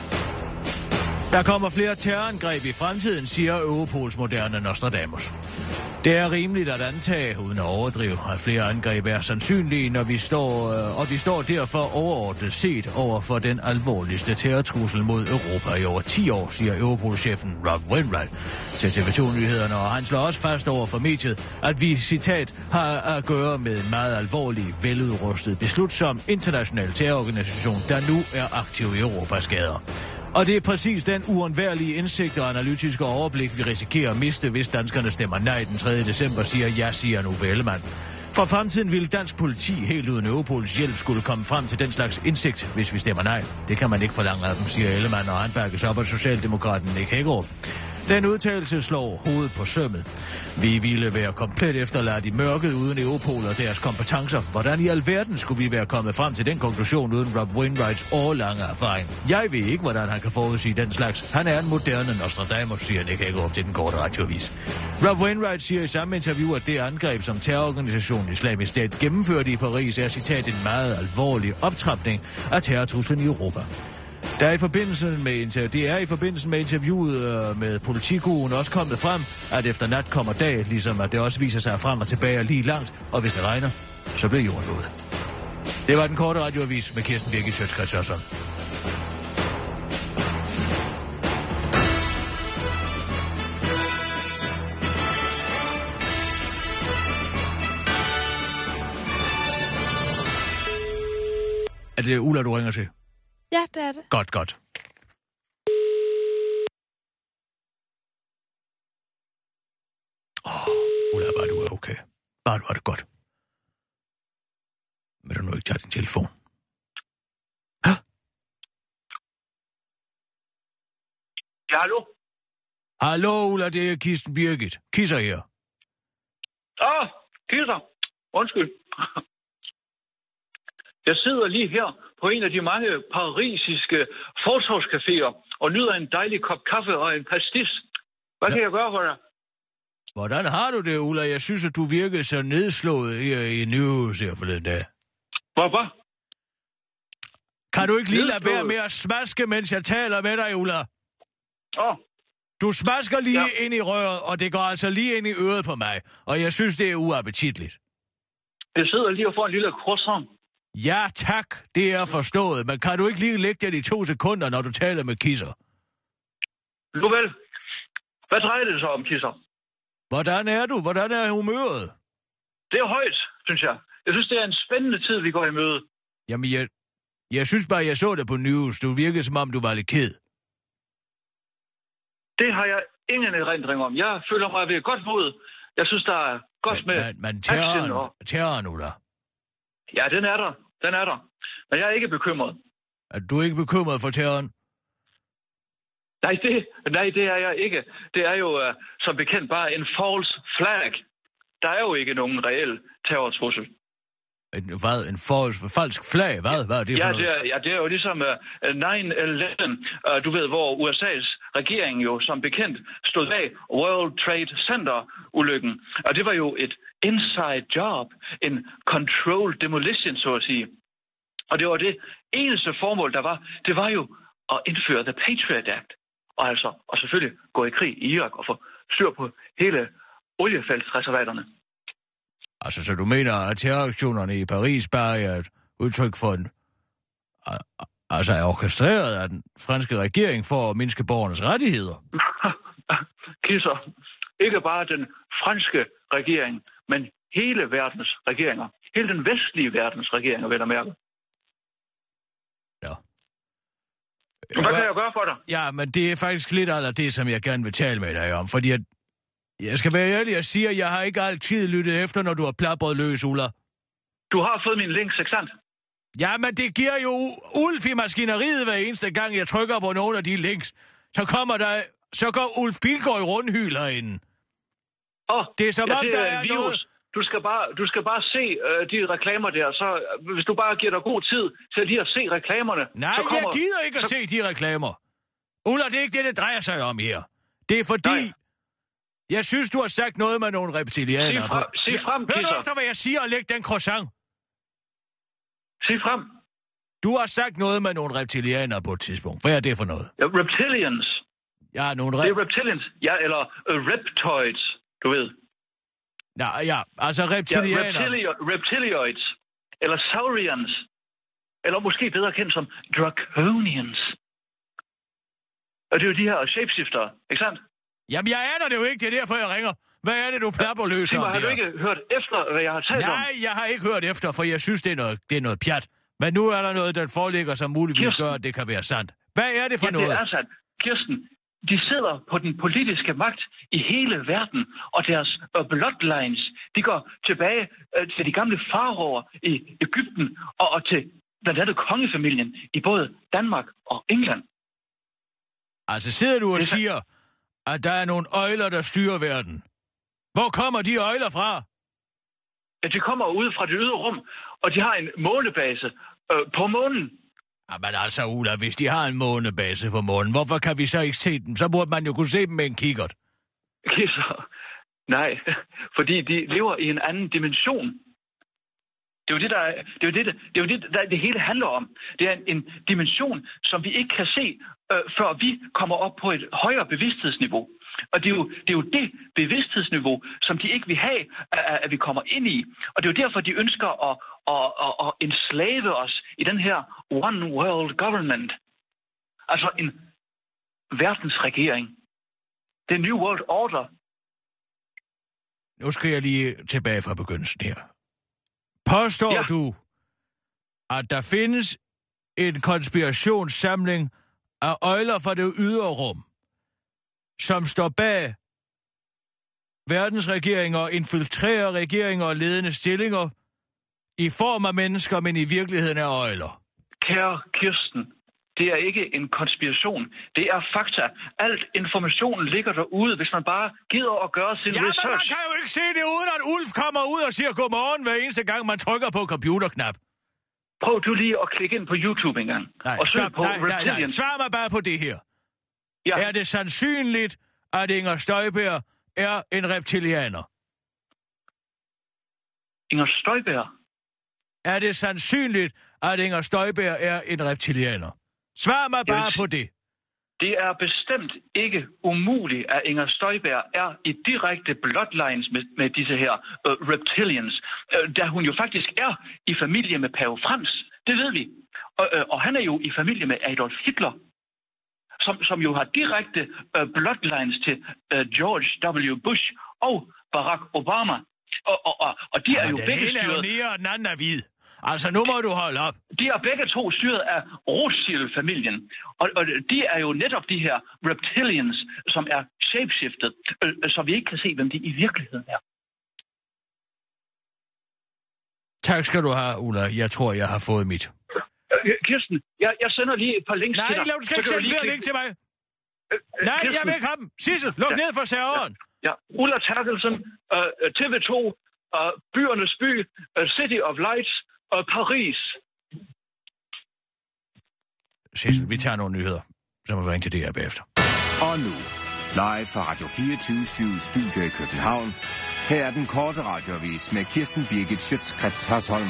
Der kommer flere terrorangreb i fremtiden, siger Europols moderne Nostradamus. Det er rimeligt at antage, uden at overdrive, at flere angreb er sandsynlige, når vi står, og de står derfor overordnet set over for den alvorligste terrortrussel mod Europa i over ti år, siger Europol-chefen Rob Wainwright til T V to-nyhederne, og han slår også fast over for mediet, at vi, citat, har at gøre med en meget alvorlig, veludrustet, beslutsom international terrororganisation, der nu er aktiv i Europas gader. Og det er præcis den uundværlige indsigt og analytiske overblik, vi risikerer at miste, hvis danskerne stemmer nej den tredje december, siger jeg, siger nu Ellemann. For fremtiden vil dansk politi helt uden Europols hjælp skulle komme frem til den slags indsigt, hvis vi stemmer nej. Det kan man ikke forlange af dem, siger Ellemann, og han bakkes op af socialdemokraten Nick Hækkerup. Den udtalelse slår hovedet på sømmet. Vi ville være komplet efterladt i mørket uden Europol og deres kompetencer. Hvordan i alverden skulle vi være kommet frem til den konklusion uden Rob Wainwrights årlange erfaring? Jeg ved ikke, hvordan han kan forudsige den slags. Han er en moderne Nostradamus, siger Nick Hækkerup til den korte radioavis. Rob Wainwright siger i samme interview, at det angreb, som terrororganisationen Islamisk Stat gennemførte i Paris, er citat en meget alvorlig optrapning af terrortruslen i Europa. Der er i forbindelse med, det er i forbindelse med interviewet med Politikoen også kommet frem, at efter nat kommer dag, ligesom at det også viser sig frem og tilbage lige langt, og hvis det regner, så bliver jorden ude. Det var den korte radioavis med Kirsten Birgit Schøtz-Krets Hørsholm. Er det Ulla, du ringer til? Ja, det er det. Godt, godt. Åh, oh, Ulla, bare du er okay. Bare du har det godt. Men du nu ikke tage din telefon? Hæ? Ja, hallo? Hallo, Ulla, det er Kirsten Birgit. Kisser her. Åh, oh, Kisser. Undskyld. Jeg sidder lige her på en af de mange parisiske fortovscaféer og nyder en dejlig kop kaffe og en pastis. Hvad ja. kan jeg gøre for dig? Hvordan har du det, Ulla? Jeg synes, at du virkede så nedslået her i News her forleden dag. Hvorfor? Kan du ikke lige lade være med at smaske, mens jeg taler med dig, Ulla? Åh. Oh. Du smasker lige ja. ind i røret, og det går altså lige ind i øret på mig. Og jeg synes, det er uappetitligt. Jeg sidder lige og får en lille croissant. Ja, tak. Det er forstået. Men kan du ikke lige lægge det i to sekunder, når du taler med Kisser? Nu vel. Hvad drejer det sig om, Kisser? Hvordan er du? Hvordan er humøret? Det er højt, synes jeg. Jeg synes, det er en spændende tid, vi går i møde. Jamen, jeg, jeg synes bare, jeg så det på News. Du virkede, som om du var lidt ked. Det har jeg ingen erindring om. Jeg føler mig ved godt mod. Jeg synes, der er godt men, med men, men terroren, og... terroren, Ulla. Ja, den er der. Den er der. Men jeg er ikke bekymret. Er du ikke bekymret for terroren? Nej, det, nej, det er jeg ikke. Det er jo uh, som bekendt bare en false flag. Der er jo ikke nogen reel terrortrussel. En, hvad? En falsk, falsk flag? Hvad? Hvad er det for ja, noget? det er, ja, det er jo ligesom uh, nine eleven, uh, du ved, hvor U S A's regering jo som bekendt stod bag World Trade Center-ulykken. Og det var jo et inside job, en controlled demolition, så at sige. Og det var det eneste formål, der var, det var jo at indføre The Patriot Act. Og altså, og selvfølgelig gå i krig i Irak og få styr på hele oliefeltsreservaterne. Altså, så du mener, at terroraktionerne i Paris bare er et udtryk for en... Altså, er orkestreret af den franske regering for at mindske borgernes rettigheder? Kisser, ikke bare den franske regering, men hele verdens regeringer. Hele den vestlige verdens regeringer, vel at mærke. Ja. Hvad kan jeg gøre for dig? Ja, men det er faktisk lidt af det, som jeg gerne vil tale med dig om, fordi at jeg skal være ærlig og sige, at jeg har ikke altid lyttet efter, når du har plapret løs, Ulla. Du har fået min links, ikke sandt? Ja, men det giver jo Ulf i maskineriet hver eneste gang, jeg trykker på nogle af de links. Så kommer der, så går Ulf Pilgaard i rundhyl herinde. Åh, oh, det er som ja, om, det der er er virus. noget... Du skal bare, du skal bare se uh, de reklamer der, så uh, hvis du bare giver dig god tid til lige at se reklamerne... Nej, så kommer, jeg gider ikke så... at se de reklamer. Ulla, det er ikke det, det drejer sig om her. Det er fordi... Nej. Jeg synes, du har sagt noget med nogle reptilianer. Sig frem, sig frem, Hør nu efter, hvad jeg siger, og læg den croissant. Sig frem. Du har sagt noget med nogle reptilianer på et tidspunkt. Hvad er det for noget? Ja, reptilians. Ja, nogle re- Det er reptilians. Ja, eller uh, reptoids, du ved. Nej, ja, altså reptilianer. Ja, reptili- reptilioids. Eller saurians. Eller måske bedre kendt som draconians. Og det er jo de her shapeshiftere, ikke sandt? Jamen, jeg aner det jo ikke. Det er derfor, jeg ringer. Hvad er det, du plapper løs om der? Har du ikke hørt efter, hvad jeg har talt Nej, om? Nej, jeg har ikke hørt efter, for jeg synes, det er noget, det er noget pjat. Men nu er der noget, der foreligger, som muligvis Kirsten. gør, at det kan være sandt. Hvad er det for ja, noget? det er sandt. Kirsten, de sidder på den politiske magt i hele verden, og deres uh, bloodlines, de går tilbage uh, til de gamle faraoer i Egypten, og, og til blandt andet kongefamilien i både Danmark og England. Altså sidder du og det siger, at der er nogle øjler, der styrer verden. Hvor kommer de øjler fra? Ja, de kommer ud fra det ydre rum, og de har en månebase øh, på månen. Jamen altså, Ulla, hvis de har en månebase på månen, hvorfor kan vi så ikke se dem? Så burde man jo kunne se dem med en kikkert. Kisser. Nej, fordi de lever i en anden dimension. Det er jo det, der, det, er jo det, der, det, er jo det, der det hele handler om. Det er en, en dimension, som vi ikke kan se, øh, før vi kommer op på et højere bevidsthedsniveau. Og det er, jo, det er jo det bevidsthedsniveau, som de ikke vil have, at, at vi kommer ind i. Og det er jo derfor, de ønsker at, at, at, at enslave os i den her one world government. Altså en verdensregering. Det er New World Order. Nu skal jeg lige tilbage fra begyndelsen her. Påstår ja. du, at der findes en konspirationssamling af øjler fra det ydre rum, som står bag verdensregeringer og infiltrerer regeringer og ledende stillinger i form af mennesker, men i virkeligheden er øjler? Kære Kirsten, det er ikke en konspiration. Det er fakta. Alt informationen ligger derude, hvis man bare gider at gøre sin ja, research. Ja, men man kan jo ikke se det, uden at Ulf kommer ud og siger godmorgen hver eneste gang, man trykker på computerknap. Prøv du lige at klikke ind på YouTube engang. Nej, og søg på nej, nej, nej. Svar mig bare på det her. Ja. Er det sandsynligt, at Inger Støjberg er en reptilianer? Inger Støjberg? Er det sandsynligt, at Inger Støjberg er en reptilianer? Svar mig bare på det. Det er bestemt ikke umuligt, at Inger Støjberg er i direkte bloodlines med, med disse her uh, reptilians, uh, da hun jo faktisk er i familie med Pave Frans. Det ved vi. Og, uh, og han er jo i familie med Adolf Hitler, som, som jo har direkte uh, bloodlines til uh, George W. Bush og Barack Obama. Og, og, og, og de ja, er jo begge styret... Den ene er jo nære, og den anden er hvid. Altså, nu må du holde op. De er begge to styret af Rothschild-familien. Og, og de er jo netop de her reptilians, som er shapeshiftet, øh, så vi ikke kan se, hvem de i virkeligheden er. Tak skal du have, Ulla. Jeg tror, jeg har fået mit. Øh, Kirsten, jeg, jeg sender lige et par links Nej, til dig. Nej, du skal ikke sende flere links til mig. Øh, øh, Nej, Kirsten. Jeg vil ikke have dem. Sissel, luk ja. ned for serveren. Ja, ja. Ulla Terkelsen, øh, T V to, øh, Byernes By, øh, City of Lights, og Paris. Sissel, vi tager nogle nyheder. Så må vi ringe til det her bagefter. Og nu, live fra Radio fireogtyve syv Studio i København. Her er den korte radioavis med Kirsten Birgit Schøtz-Krets Hørsholm.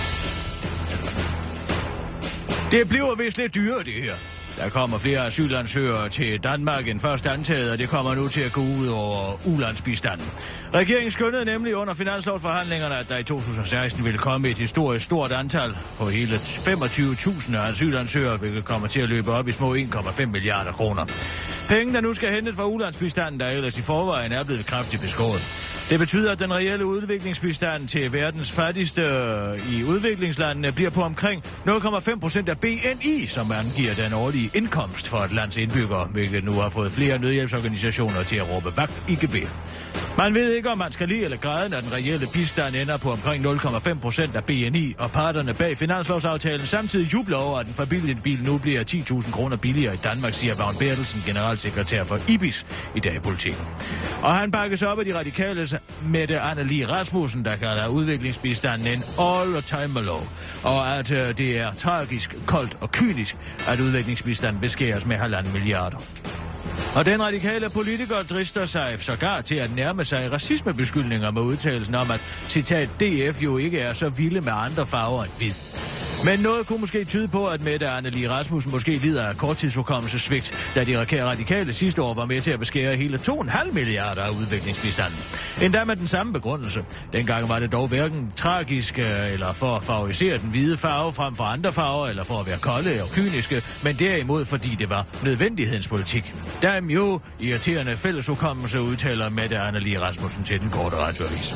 Det bliver vist lidt dyrere, det her. Der kommer flere asylansøgere til Danmark end først antaget, og det kommer nu til at gå ud over ulandsbistanden. Regeringen skønnede nemlig under finanslovsforhandlingerne, at der i to tusind og seksten ville komme et historisk stort antal på hele femogtyve tusind asylansøgere, hvilket kommer til at løbe op i små en komma fem milliarder kroner. Penge, der nu skal hentes fra ulandsbistanden, der ellers i forvejen er blevet kraftigt beskåret. Det betyder, at den reelle udviklingsbistand til verdens fattigste i udviklingslandene bliver på omkring nul komma fem procent af B N I, som angiver den årlige indkomst for et lands indbyggere, hvilket nu har fået flere nødhjælpsorganisationer til at råbe vagt i gevær. Man ved ikke, om man skal lide eller græde, når den reelle bistand ender på omkring nul komma fem procent af B N I, og parterne bag finanslovsaftalen samtidig jubler over, at en familiebil nu bliver ti tusind kroner billigere i Danmark, siger Vagn Bertelsen, generalsekretær for I B I S, i dag i Politiken. Og han bakkes op af de radikales Mette Annelie Rasmussen, der kalder udviklingsbistanden en all-time low, og at øh, det er tragisk, koldt og kynisk, at udviklingsbistanden beskæres med halvanden milliarder. Og den radikale politiker drister sig sågar til at nærme sig racismebeskyldninger med udtalelsen om, at, citat, D F jo ikke er så vilde med andre farver end hvid. Men noget kunne måske tyde på, at Mette Annelie Rasmussen måske lider af korttidshukommelsessvigt, da de radikale sidste år var med til at beskære hele to komma fem milliarder af udviklingsbistanden. Endda med den samme begrundelse. Dengang var det dog hverken tragisk eller for at favorisere den hvide farve frem for andre farver, eller for at være kolde og kyniske, men derimod fordi det var nødvendighedens politik. Damn jo, irriterende fælleshukommelse, udtaler Mette Annelie Rasmussen til den korte radioavis.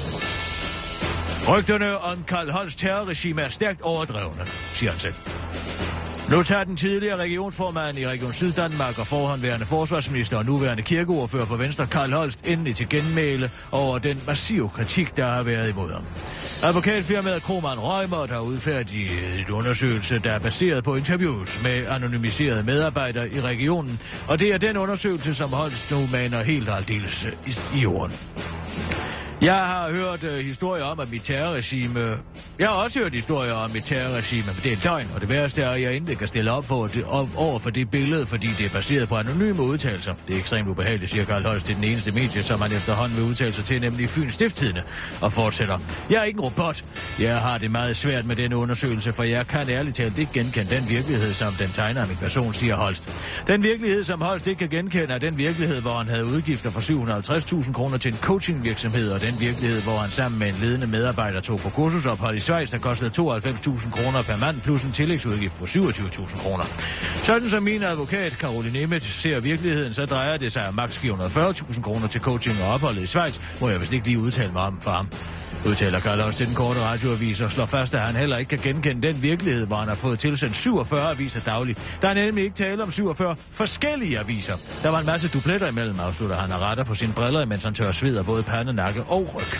Rygterne om Carl Holsts terrorregime er stærkt overdrevne, siger han selv. Nu tager den tidligere regionsformand i Region Syddanmark og forhåndværende forsvarsminister og nuværende kirkeordfører for Venstre, Carl Holst, endelig til genmæle over den massive kritik, der har været imod ham. Advokatfirmaet Kromann Reumert har udfærdiget et undersøgelse, der er baseret på interviews med anonymiserede medarbejdere i regionen, og det er den undersøgelse, som Holst nu maner helt og aldeles i, i jorden. Jeg har hørt uh, historier om, at mit terrorregime... Jeg har også hørt historier om mit terrorregime, men det er løgn, og det værste er, at jeg ikke kan stille op, for det, op over for det billede, fordi det er baseret på anonyme udtalelser. Det er ekstremt ubehageligt, siger Carl Holst, det er den eneste medie, som han efterhånden vil udtale sig til, nemlig Fyns Stiftstidende, og fortsætter. Jeg er ikke en robot. Jeg har det meget svært med denne undersøgelse, for jeg kan ærligt talt ikke genkende den virkelighed, som den tegner af min person, siger Holst. Den virkelighed, som Holst ikke kan genkende, er den virkelighed, hvor han havde udgifter for syv hundrede og halvtreds tusind kroner til en coachingvirksomhed, og den virkelighed, hvor han sammen med en ledende medarbejder tog på kursusophold i Schweiz, der kostede tooghalvfems tusind kroner per mand, plus en tillægsudgift på syvogtyve tusind kroner. Sådan som min advokat, Caroline Nemeth, ser virkeligheden, så drejer det sig om maks fire hundrede og fyrre tusind kroner til coaching og opholdet i Schweiz, må jeg vist ikke lige udtale mig om for ham. Udtaler Carl Holst til den korte radioavis og slår fast, at han heller ikke kan genkende den virkelighed, hvor han har fået tilsendt syvogfyrre aviser dagligt. Der er nemlig ikke tale om syvogfyrre forskellige aviser. Der var en masse dupletter imellem, afslutter han og retter på sine briller, mens han tørrer sved af både pande, nakke og ryg.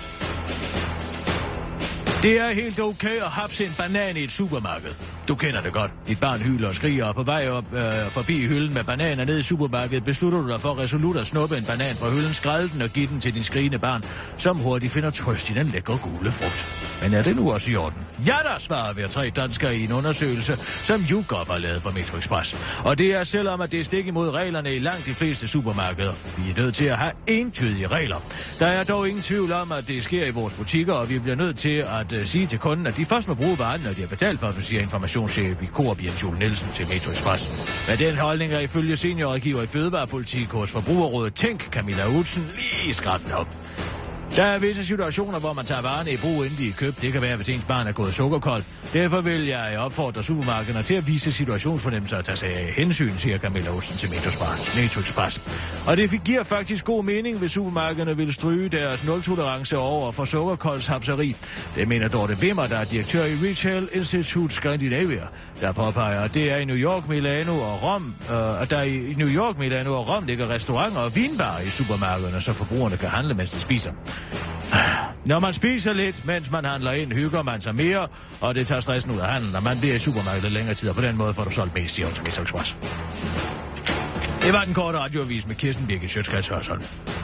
Det er helt okay at hapse en banan i et supermarked. Du kender det godt. Dit barn hyler og skriger, og på vej op øh, forbi hylden med bananer ned i supermarkedet, beslutter du dig for resolut at snuppe en banan fra hylden, skrælle den og give den til din skrigende barn, som hurtigt finder trøst i den lækre gule frugt. Men er det nu også i orden? Ja, der svarer hver tre danskere i en undersøgelse, som YouGov har lavet for Metro Express. Og det er selvom, at det er stik imod reglerne i langt de fleste supermarkeder. Vi er nødt til at have entydige regler. Der er dog ingen tvivl om, at det sker i vores butikker, og vi bliver nødt til at uh, sige til kunden, at de først må bruge varen, når de har betalt for dem, siger informationschef i Coop Jens Jule Nielsen til Metro Express. Med den holdning er ifølge seniorrådgiver i Fødevarepolitik hos Forbrugerrådet Tænk, Camilla Utzen, lige skrabt nok. Der er visse situationer, hvor man tager varerne i brug, inden de er købt. Det kan være, hvis ens barn er gået sukkerkold. Derfor vil jeg opfordre supermarkederne til at vise situationsfornemmelser og tage sig af hensyn, siger Camilla Utzen til Metro Express. Og det giver faktisk god mening, hvis supermarkederne vil stryge deres nul-tolerance over for sukkerkoldshapseri. Det mener Dorte Wimmer, der er direktør i Retail Institute Scandinavia, der påpeger, at det er i New York, Milano og Rom, øh, at der i New York, Milano og Rom ligger restauranter og vinbarer i supermarkederne, så forbrugerne kan handle, mens de spiser. Når man spiser lidt, mens man handler ind, hygger man sig mere, og det tager stressen ud af handlen, og man bliver i supermarkedet længere tid, og på den måde får du solgt mest, siger hun til Metro Express. Det var den korte radioavis med Kirsten Birgit Schøtz-Krets Hørsholm.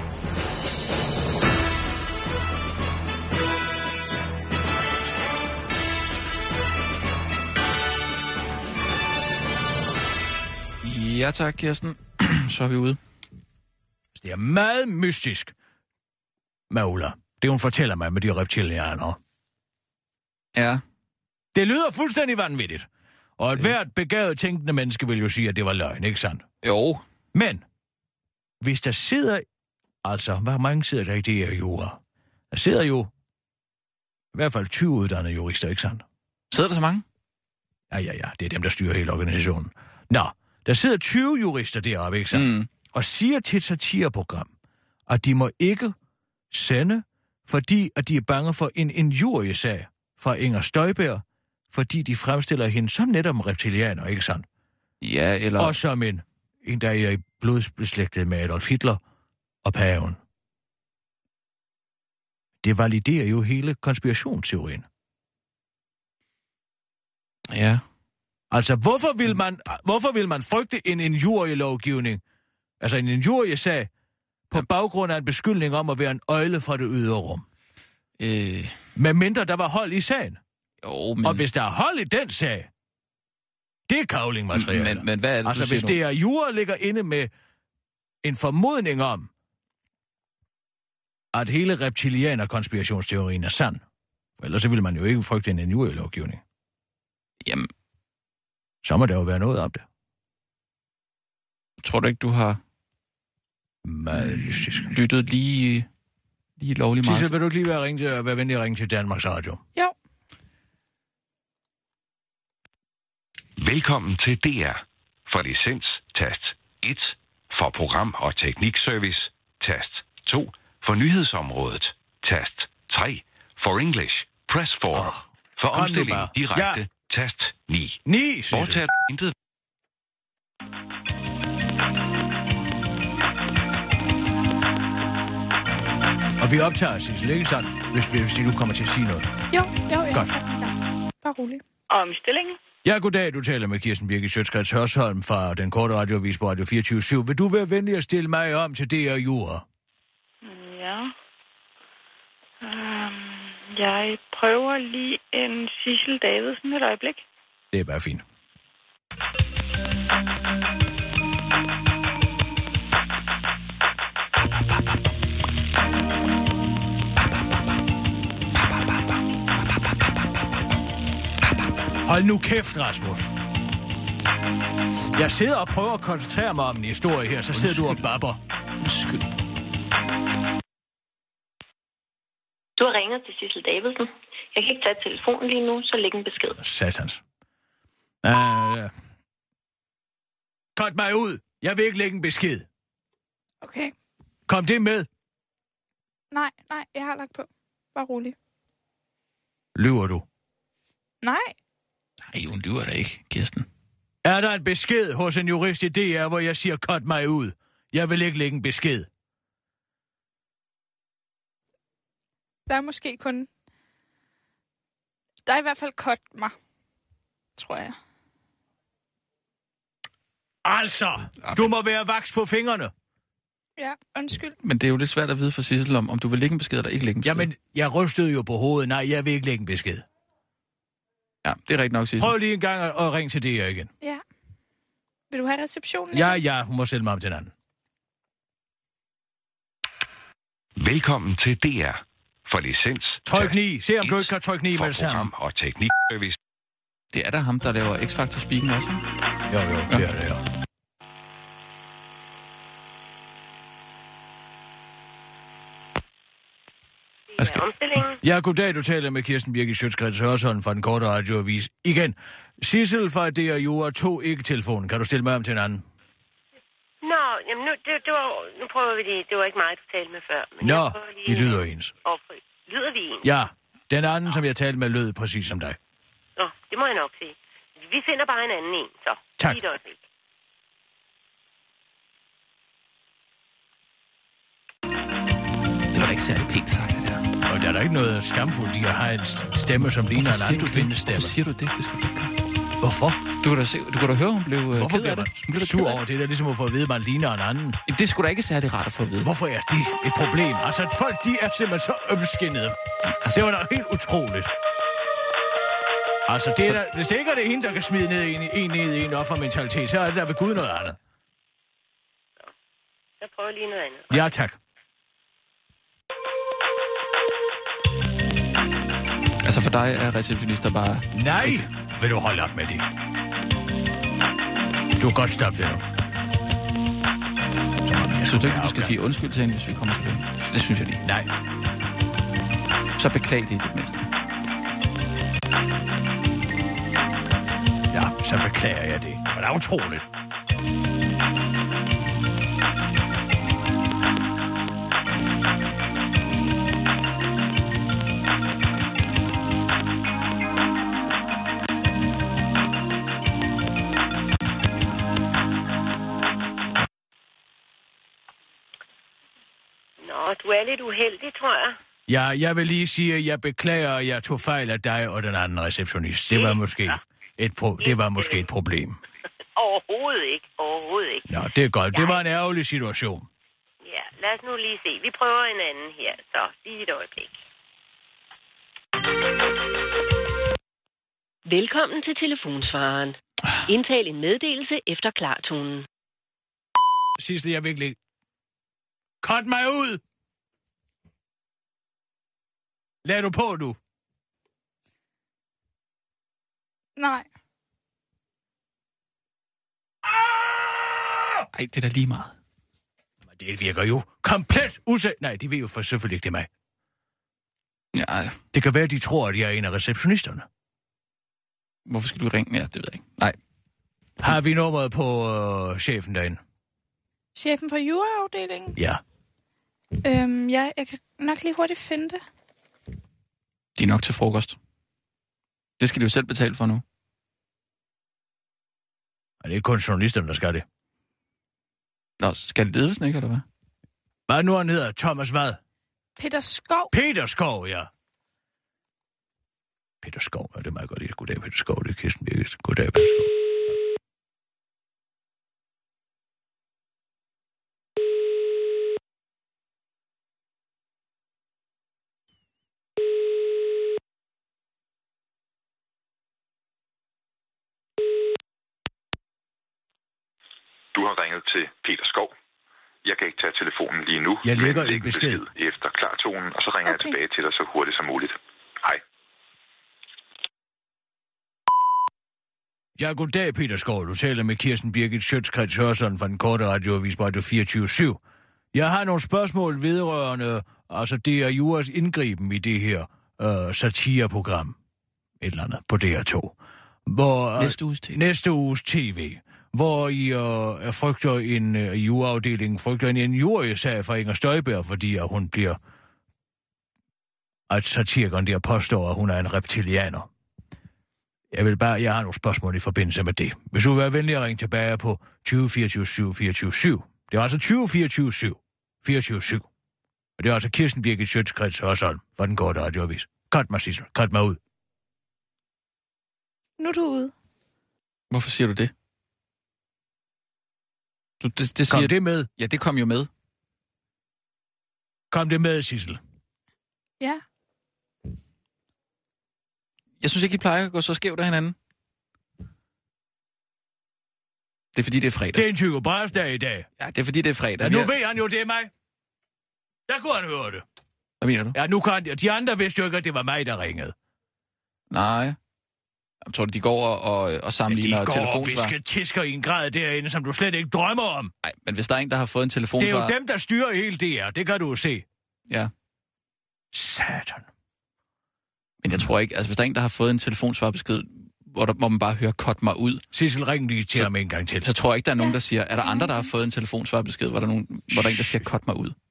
Ja tak, Kirsten. Så er vi ude. Det er meget mystisk, Maula. Det hun fortæller mig med de reptilianer. Ja. Det lyder fuldstændig vanvittigt. Og et hvert begavet tænkende menneske vil jo sige, at det var løgn, ikke sandt? Jo. Men, hvis der sidder... Altså, hvor mange sidder der i det her jura? Der sidder jo i hvert fald tyve uddannede jurister, ikke sandt? Sidder der så mange? Ja, ja, ja. Det er dem, der styrer hele organisationen. Nå, der sidder tyve jurister deroppe, ikke sandt? Mm. Og siger til et satireprogram, at de må ikke sende, fordi at de er bange for en injuriesag fra Inger Støjberg, fordi de fremstiller hende som netop en reptilianer, ikke sandt? Ja, eller... Og som en, en der er i blodsbeslægtet med Adolf Hitler og paven. Det validerer jo hele konspirationsteorien. Ja. Altså, hvorfor vil man, hvorfor vil man frygte en injurielovgivning, altså en injuriesag, på ja. baggrund af en beskyldning om at være en øjle fra det ydre rum? Øh... Med mindre der var hold i sagen. Jo, men... Og hvis der er hold i den sag, det er kavlingmateriale. Men, men hvad er det, altså, hvis nu? Det er jura ligger inde med en formodning om, at hele reptilianer-konspirationsteorien er sand. For ellers så ville man jo ikke frygte en injurielovgivning. Jamen... Så må der jo være noget om det. Tror du ikke, du har meget mystisk lyttet lige, lige lovlig meget? Sissel, vil du ikke lige være, ringe til, være venlig at ringe til Danmarks Radio? Jo. Velkommen til D R. For licens, tast et. For program- og teknikservice, tast to. For nyhedsområdet, tast tre. For English, press fire. Oh, for omstilling direkte, ja. Tast ni. ni, Sissel. Fortsat intet. Og vi optager, Sissel, ikke sandt? Hvis, hvis de nu kommer til at sige noget. Jo, jo, jeg har sat mig i gang. Bare roligt. Omstillingen. Ja, goddag. Du taler med Kirsten Birgit Schøtz-Krets Hørsholm fra den korte radioavis på Radio fireogtyve syv. Vil du være venlig at stille mig om til D R Jura? Ja. Um, jeg prøver lige en Sissel Davidsen et øjeblik. Det er bare fint. Hold nu kæft, Rasmus. Jeg sidder og prøver at koncentrere mig om en historie her, så sidder du og babber. Undskyld. Du har ringet til Sissel Davidsen. Jeg kan ikke tage telefonen lige nu, så læg en besked. Satans. Uh, Cut mig ud. Jeg vil ikke lægge en besked. Okay. Kom det med? Nej, nej, jeg har lagt på. Bare rolig. Lyver du? Nej. Nej, hun lyver da ikke, Kirsten. Er der en besked hos en jurist i D R, hvor jeg siger, cut mig ud? Jeg vil ikke lægge en besked. Der er måske kun... Der er i hvert fald cut mig, tror jeg. Altså, du må være vaks på fingrene. Ja, undskyld. Men det er jo lidt svært at vide for Sissel om, om du vil lægge en besked eller ikke lægge en besked. Jamen, jeg rystede jo på hovedet. Nej, jeg vil ikke lægge en besked. Ja, det er rigtigt nok, Sissel. Prøv lige en gang at, at ringe til D R igen. Ja. Vil du have receptionen? Ja, ja, hun må sælge mig om til den anden. Velkommen til D R. For licens... Tryk ni. Se om du ikke kan trykke ni med det samme. For program- og teknikservice. Det er da ham, der laver X-Factor Speaking også. Jo, jo, ja. Det er det, ja. Ja, omstillingen. Ja, goddag, du taler med Kirsten Birgit Schøtz-Krets Hørsholm fra den korte radioavis. Igen, Sissel fra D R Jura tog ikke telefonen. Kan du stille mig om til en anden? Nå, jamen nu, det, det var, nu prøver vi lige. Det var ikke mig, du talte med før. Men Nå, I lyder ens. Og, lyder vi ens? Ja, den anden, som jeg talte med, lød præcis som dig. Nå, det må jeg nok sige. Vi finder bare en anden en, så. Tak. Lige et øjeblik. Det var da ikke særlig pænt sagt, det der. Og der er da ikke noget skamfuldt i at have en stemme, som ligner en anden kvindestemme. Hvorfor siger du det? Det skal du ikke gøre. Hvorfor? Du kan da, se, du kan da høre, hun blev uh, Hvorfor ked af det. Hvorfor bliver man sur over det der, ligesom at få at vide, at man ligner en anden? Jamen, det er sgu da ikke særlig rart at få at vide. Hvorfor er det et problem? Altså, at folk, de er simpelthen så ømskinnede. Altså, det var da helt utroligt. Altså, det er så... der, hvis det ikke er det ene, der kan smide ned en, en ned i en offermentalitet, så er det der ved Gud noget andet. Jeg prøver lige noget andet. Ja, tak. Altså, for dig er receptionister bare... Nej! Ikke. Vil du holde op med det? Du kan godt stoppe det nu. Så jeg synes du ikke, vi skal sige undskyld til hende, hvis vi kommer tilbage? Det synes jeg lige. Nej. Så beklag det i det mindste. Ja, så beklager jeg det. Det er utroligt. være lidt uheldig, tror jeg. Ja, jeg vil lige sige, at jeg beklager, at jeg tog fejl af dig og den anden receptionist. Det var måske, ja. et, pro- det var måske et problem. Overhovedet ikke. Overhovedet ikke. Nå, det er godt. Det var en ærgerlig situation. Ja, lad os nu lige se. Vi prøver en anden her. Så, lige et øjeblik. Velkommen til telefonsvareren. Indtal en meddelelse efter klartonen. Sissel, jeg vil ikke... Cut mig ud! Lad du på, du. Nej. Ej, det er da lige meget. Men det virker jo komplet usæt. Nej, de ved jo for selvfølgelig ikke, det er mig. Ja. Det kan være, at de tror, at jeg er en af receptionisterne. Hvorfor skal du ringe? Ja, det ved jeg ikke. Nej. Har vi nummeret på øh, chefen derinde? Chefen for juraafdelingen? Ja. Øhm, ja, jeg kan nok lige hurtigt finde det. De er nok til frokost. Det skal de jo selv betale for nu. Og det er kun journalisterne, der skal det. Nå, skal det ledelsen ikke, eller hvad? Hvad nu han hedder? Thomas hvad? Peter Skov. Peter Skov, ja. Peter Skov, ja, det er meget godt. Goddag, Peter Skov, det er Kirsten Birgit. Goddag, Peter Skov. Du har ringet til Peter Skov. Jeg kan ikke tage telefonen lige nu. Jeg lægger en besked. besked efter klartonen, og så ringer okay. jeg tilbage til dig så hurtigt som muligt. Hej. Ja, goddag, Peter Skov. Du taler med Kirsten Birgit Schøtz-Krets Hørsson fra den korte radioavis på Radio fireogtyve syv. Jeg har nogle spørgsmål vedrørende, altså det er Juras indgriben i det her øh, satireprogram. Et eller andet på D R to. Hvor, øh, næste uges T V. Næste uges tv. Hvor I øh, frygter en øh, juraafdeling, frygter en, en juriesag fra Inger Støjberg, fordi at hun bliver, at satirikeren der påstår, at hun er en reptilianer. Jeg vil bare, jeg har nogle spørgsmål i forbindelse med det. Hvis du vil være venlig at ringe tilbage på tyve fireogtyve syv fireogtyve syv. Det er altså tyve fireogtyve syv fireogtyve syv. Og det er altså Kirsten Birgit Schøtz-Krets Hørsholm fra den korte radioavis. Cut mig, Sissel. Cut mig ud. Nu er du ude. Hvorfor siger du det? Du, det, det kom siger, det med? Ja, det kom jo med. Kom det med, Sissel? Ja. Jeg synes ikke, I plejer at gå så skævt af hinanden. Det er fordi, det er fredag. Det er en Tycho Brahes-dag i dag. Ja, det er fordi, det er fredag. Ja, nu ved han jo, det er mig. Der kunne han høre det. Hvad mener du? Ja, nu kan de andre vidste jo ikke, at det var mig, der ringede. Nej. Jeg tror, de går og, og sammenligner ja, de telefonsvar. De går og visker tisker i en grad derinde, som du slet ikke drømmer om. Nej, men hvis der er en, der har fået en telefonsvar... Det er jo dem, der styrer hele det her. Det kan du jo se. Ja. Satan. Men jeg tror ikke... Altså, hvis der er en, der har fået en telefonsvarbesked, hvor, der, hvor man bare hører, cut mig ud... Sissel, ring lige til så, ham en gang til. Så tror jeg ikke, der er nogen, der siger... Er der andre, der har fået en telefonsvarbesked, hvor der er, nogen, hvor der er en, der siger, cut mig ud?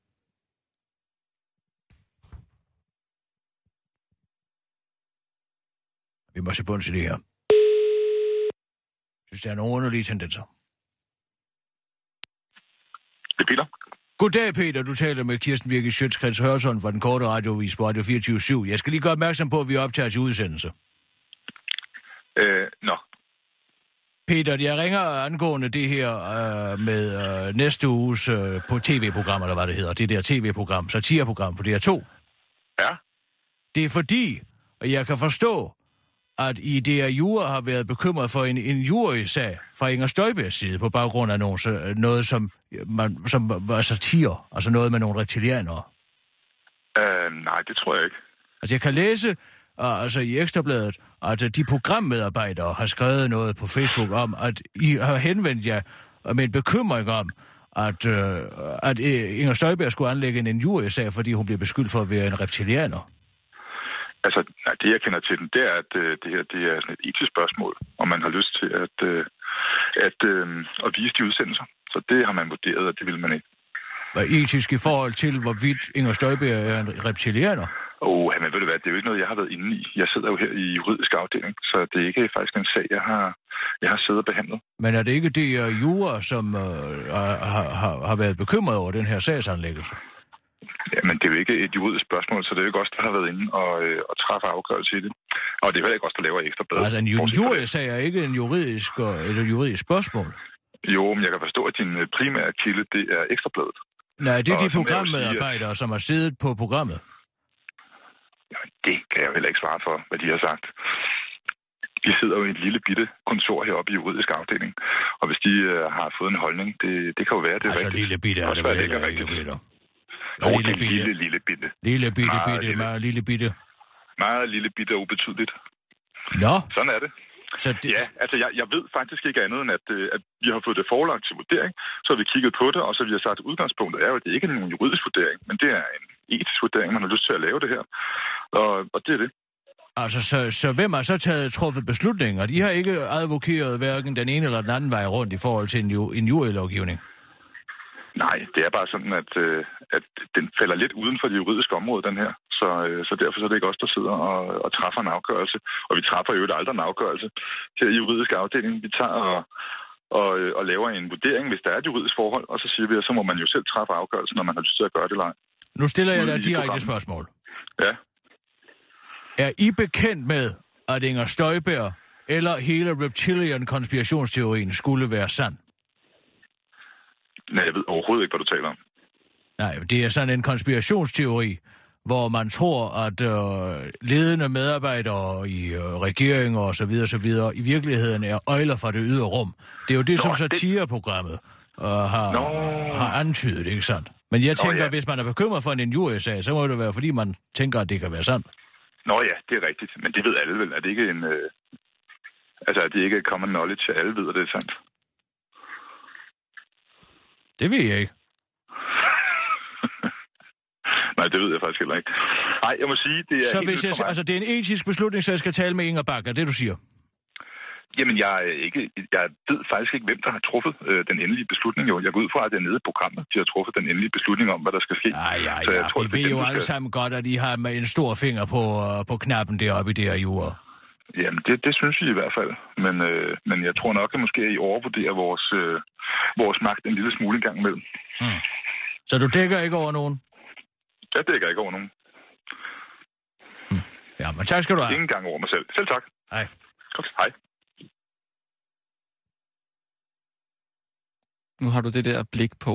Vi må se bunds i det her. Jeg synes, der er nogle underlige tendenser. Det er Peter. Goddag, Peter. Du taler med Kirsten Birgit Schøtz-Krets Hørsholm fra den korte radioavis på Radio fireogtyve syv. Jeg skal lige gøre opmærksom på, at vi optager til udsendelse. Øh, nå. Peter, jeg ringer angående det her øh, med øh, næste uges øh, på tv-program, eller hvad det hedder. Det der tv-program, satireprogram på D R to. Ja. Det er fordi, og jeg kan forstå, at I D R Jura har været bekymret for en, en jurysag fra Inger Støjbergs side, på baggrund af nogle, så, noget, som, man, som var satire, altså noget med nogle reptilianere. Øh, nej, det tror jeg ikke. Altså, jeg kan læse uh, altså, i Ekstrabladet, at uh, de programmedarbejdere har skrevet noget på Facebook om, at I har henvendt jer med en bekymring om, at, uh, at uh, Inger Støjberg skulle anlægge en, en jurysag, fordi hun bliver beskyldt for at være en reptilianer. Altså, nej, det jeg kender til den, det er, at øh, det her det er sådan et etisk spørgsmål, om man har lyst til at, øh, at, øh, at vise de udsendelser. Så det har man vurderet, og det vil man ikke. Hvad etisk i forhold til, hvorvidt Inger Støjberg er en reptilianer? Åh, oh, men ved du hvad, det er jo ikke noget, jeg har været inde i. Jeg sidder jo her i juridisk afdeling, så det er ikke faktisk en sag, jeg har, jeg har siddet og behandlet. Men er det ikke det uh, jura, som uh, har, har, har været bekymret over den her sagsanlæggelse? Jamen, det er jo ikke et juridisk spørgsmål, så det er jo ikke os, der har været inde og, øh, og træffe afgørelse i det. Og det er heller ikke os, der laver ekstra blad. Altså, en juridisk er ikke en juridisk, et juridisk spørgsmål. Jo, men jeg kan forstå, at din primære kilde, det er ekstrabladet. Nej, det er og de programmedarbejdere, som har siddet på programmet. Jamen, det kan jeg jo heller ikke svare for, hvad de har sagt. De sidder jo i et lille bitte kontor heroppe i juridisk afdeling. Og hvis de øh, har fået en holdning, det, det kan jo være, det er altså, rigtigt. Altså, lille bitte er det vel heller ikke, Peter. Jo, lille, bitte. lille, lille bitte. Lille bitte, meget bitte, lille. meget lille bitte. Meget lille bitte og ubetydeligt. Nå. Sådan er det. Så det... Ja, altså jeg, jeg ved faktisk ikke andet end, at, at vi har fået det forelagt til vurdering, så har vi kigget på det, og så vi har sagt, at udgangspunktet er jo, at det ikke er en juridisk vurdering, men det er en etisk vurdering, man har lyst til at lave det her. Og, og det er det. Altså, så, så hvem har så taget truffet beslutninger? De har ikke advokeret hverken den ene eller den anden vej rundt i forhold til en, ju, en jurylovgivning? Nej, det er bare sådan, at, øh, at den falder lidt uden for det juridiske område, den her. Så, øh, så derfor så er det ikke os, der sidder og, og træffer en afgørelse. Og vi træffer jo aldrig en afgørelse til den juridiske afdeling. Vi tager og, og, og laver en vurdering, hvis der er et juridisk forhold, og så siger vi, at så må man jo selv træffe afgørelsen, når man har lyst til at gøre det eller ej. Nu stiller jeg dig et direkte spørgsmål. Ja. Er I bekendt med, at Inger Støjberg eller hele reptilian-konspirationsteorien skulle være sand? Nej, jeg ved overhovedet ikke, hvad du taler om. Nej, det er sådan en konspirationsteori, hvor man tror, at øh, ledende medarbejdere i øh, regeringer og så videre, så videre, i virkeligheden er øjler fra det ydre rum. Det er jo det, Nå, som satireprogrammet øh, har, har antydet, ikke sandt? Men jeg tænker, Nå, ja. hvis man er bekymret for en injuriesag, så må det være, fordi man tænker, at det kan være sandt. Nå ja, det er rigtigt. Men det ved alle vel. Er det ikke en... Øh... Altså, er det ikke common knowledge, at alle ved, at det er sandt? Det ved jeg ikke. Nej, det ved jeg faktisk heller ikke. Nej, jeg må sige, det er... Så hvis jeg, altså, det er en etisk beslutning, så jeg skal tale med Inger Bakker, det du siger? Jamen, jeg, er ikke, jeg ved faktisk ikke, hvem der har truffet øh, den endelige beslutning. Jo. Jeg går ud fra, at det er nede i programmet, de har truffet den endelige beslutning om, hvad der skal ske. Ja, ja, så jeg ja. tror, vi ved jo alle sammen godt, at I har med en stor finger på, uh, på knappen deroppe i det her jure. Jamen, det, det synes vi i hvert fald. Men, øh, men jeg tror nok, at måske I overvurderer vores, øh, vores magt en lille smule en gang imellem. Hmm. Så du dækker ikke over nogen? Jeg dækker ikke over nogen. Hmm. Ja, men tak skal du have. Ingen gang over mig selv. Selv tak. Hej. Godt. Hej. Nu har du det der blik på.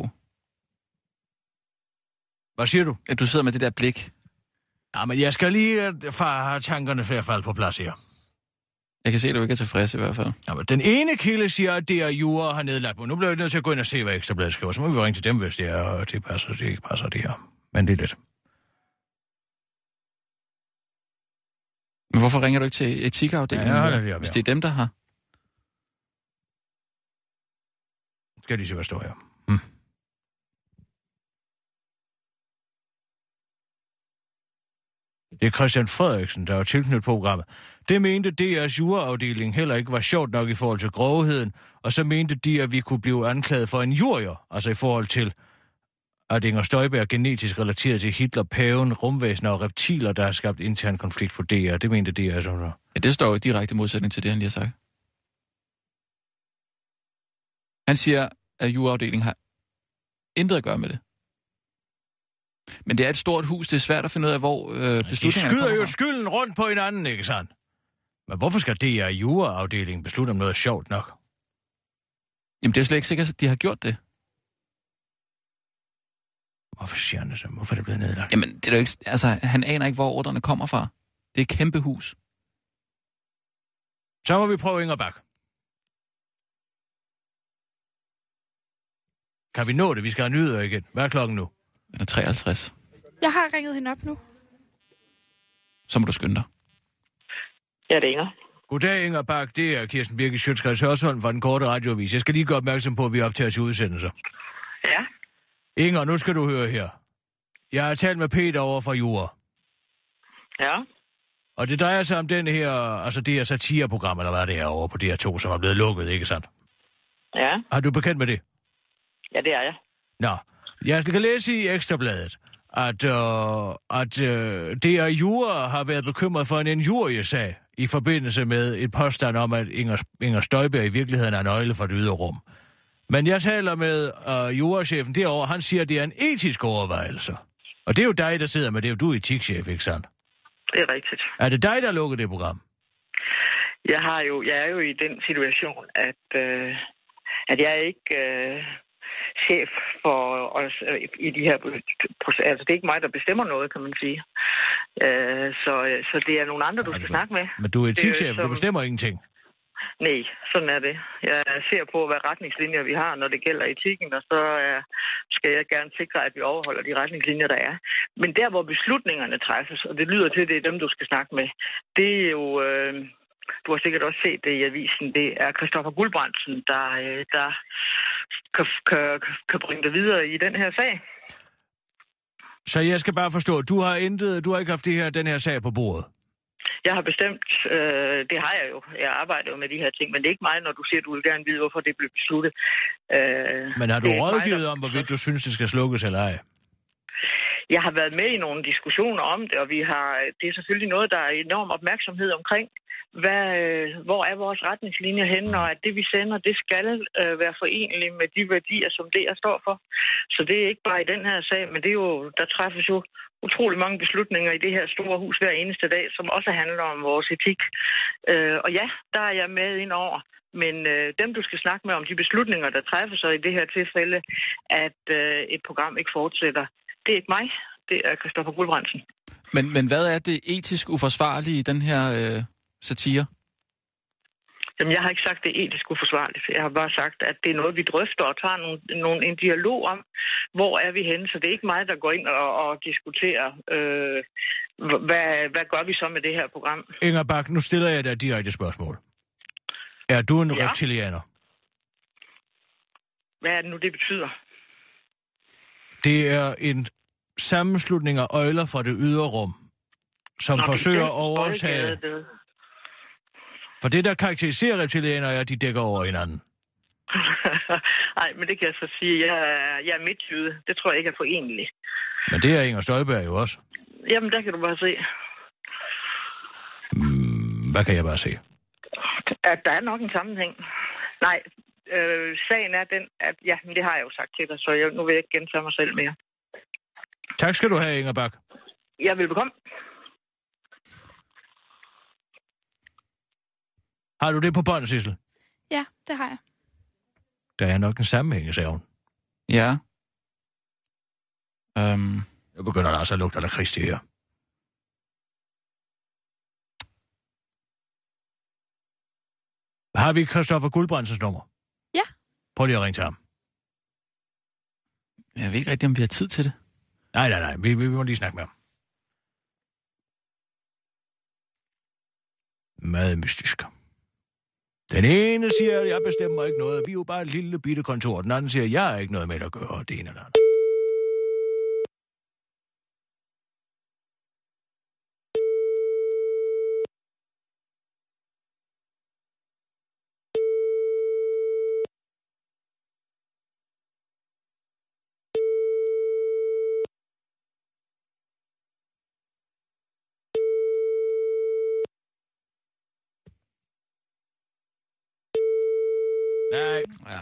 Hvad siger du? At du sidder med det der blik. Ja, men jeg skal lige have tankerne for at falde på plads her. Jeg kan se, at du ikke er tilfreds i hvert fald. Ja, men den ene kilde siger, at det er jura har nedlagt på. Nu bliver jeg nødt til at gå ind og se, hvad Ekstrabladet skriver. Så må vi ringe til dem, hvis det er, det passer, det ikke passer det her. Men det er lidt. Men hvorfor ringer du ikke til etikafdelingen, ja, det er, hvis det er dem, der har? Skal de se, hvad står her. Hm. Det er Christian Frederiksen, der var tilknyttet programmet. Det mente D R's juraafdeling heller ikke var sjovt nok i forhold til grovheden, og så mente de, at vi kunne blive anklaget for en jurier, altså i forhold til, at Inger Støjberg er genetisk relateret til Hitler, paven, rumvæsener og reptiler, der har skabt intern konflikt på D R. Det mente D R så. Ja, det står jo i direkte modsætning til det, han lige har sagt. Han siger, at juraafdelingen har intet at gøre med det. Men det er et stort hus, det er svært at finde ud af, hvor øh, beslutningerne kommer fra. De skyder jo skylden rundt på hinanden, ikke sandt? Men hvorfor skal D R juraafdelingen beslutte om noget sjovt nok? Jamen, det er slet ikke sikkert, at de har gjort det. Hvorfor siger han det så? Hvorfor er det blevet nedlagt? Jamen, det er jo ikke... Altså, han aner ikke, hvor ordrene kommer fra. Det er et kæmpe hus. Så må vi prøve Inger Bak. Kan vi nå det? Vi skal have nyheder igen. Hvad er klokken nu? Den er treoghalvtreds. Jeg har ringet hende op nu. Så må du skynde dig. Ja, det er Inger. Goddag, Inger Bak. Det er Kirsten Birgit Schøtz-Krets Hørsholm fra den korte radioavis. Jeg skal lige gøre opmærksom på, at vi optager til udsendelser. Ja. Inger, nu skal du høre her. Jeg har talt med Peter over fra Jura. Ja. Og det drejer sig om den her, altså det her satireprogram, eller hvad det er over på D R to, som er blevet lukket, ikke sandt? Ja. Har du bekendt med det? Ja, det er jeg. Nå, jeg kan læse i Ekstrabladet, at, øh, at øh, D R Jura har været bekymret for en injuriesag i forbindelse med et påstand om, at Inger, Inger Støjberg i virkeligheden er nøgle for det ydre rum. Men jeg taler med øh, jurachefen derovre, han siger, at det er en etisk overvejelse. Og det er jo dig, der sidder med det. Du er etikchef, ikke sandt? Det er rigtigt. Er det dig, der lukker det program? Jeg, har jo, jeg er jo i den situation, at, øh, at jeg er ikke øh, chef for os øh, i de her processer. Altså, det er ikke mig, der bestemmer noget, kan man sige. Øh, så, så det er nogle andre, du skal snakke med. Men du er etikchef, som... du bestemmer ingenting. Nej, sådan er det. Jeg ser på, hvad retningslinjer vi har, når det gælder etikken, og så uh, skal jeg gerne sikre, at vi overholder de retningslinjer, der er. Men der, hvor beslutningerne træffes, og det lyder til, at det er dem, du skal snakke med, det er jo... Uh, du har sikkert også set det i avisen. Det er Christoffer Guldbrandsen, der, uh, der kan, kan, kan bringe det videre i den her sag. Så jeg skal bare forstå, du har intet, du har ikke haft det her, den her sag på bordet? Jeg har bestemt, øh, det har jeg jo. Jeg arbejder jo med de her ting, men det er ikke mig, når du siger, at du vil gerne vide, hvorfor det blev besluttet. Øh, men har du rådgivet mig, der... om, hvorvidt du synes, det skal slukkes eller ej? Jeg har været med i nogle diskussioner om det, og vi har, det er selvfølgelig noget, der er enorm opmærksomhed omkring. Hvad, hvor er vores retningslinjer henne, og at det, vi sender, det skal øh, være forenligt med de værdier, som det er står for. Så det er ikke bare i den her sag, men det er jo, der træffes jo utrolig mange beslutninger i det her store hus hver eneste dag, som også handler om vores etik. Øh, og ja, der er jeg med ind over. Men øh, dem, du skal snakke med om de beslutninger, der træffes, og i det her tilfælde, at øh, et program ikke fortsætter, det er ikke mig. Det er Christoffer Guldbrandsen. Men, men hvad er det etisk uforsvarlige i den her øh, satire? Jamen, jeg har ikke sagt, at det er etisk uforsvarligt. Jeg har bare sagt, at det er noget, vi drøfter og tager nogle, nogle, en dialog om, hvor er vi henne. Så det er ikke mig, der går ind og, og diskuterer, øh, hvad, hvad gør vi så med det her program. Inger Bak, nu stiller jeg dig et direkte spørgsmål. Er du en ja. reptilianer? Hvad er det nu, det betyder? Det er en sammenslutning af øgler fra det ydre rum, som Nå, forsøger at overtage... For det, der karakteriserer reptilianer, er, at de dækker over hinanden. Nej, men det kan jeg så sige. Jeg er, jeg er midtjyde. Det tror jeg ikke er forenligt. Men det er Inger Støjberg jo også. Jamen, der kan du bare se. Mm, hvad kan jeg bare se? At der er nok en sammenhæng. Nej, øh, sagen er den, at... Ja, men det har jeg jo sagt til dig, så jeg, nu vil jeg ikke gentage mig selv mere. Tak skal du have, Inger Bak. Jeg vil bekomme. Har du det på bånd, Sissel? Ja, det har jeg. Der er nok en sammenhæng, sagde hun. Ja. Um... Nu begynder der altså at lugte af Kristi her. Har vi Christoffer Guldbrandsens nummer? Ja. Prøv lige at ringe til ham. Jeg ved ikke rigtig, om vi har tid til det. Nej, nej, nej. Vi, vi, vi må lige snakke med ham. Meget mystisk. Den ene siger, at jeg bestemmer ikke noget. Vi er jo bare et lille bitte kontor. Den anden siger, at jeg har ikke noget med at gøre. Det ene eller andet. Nej. Ja.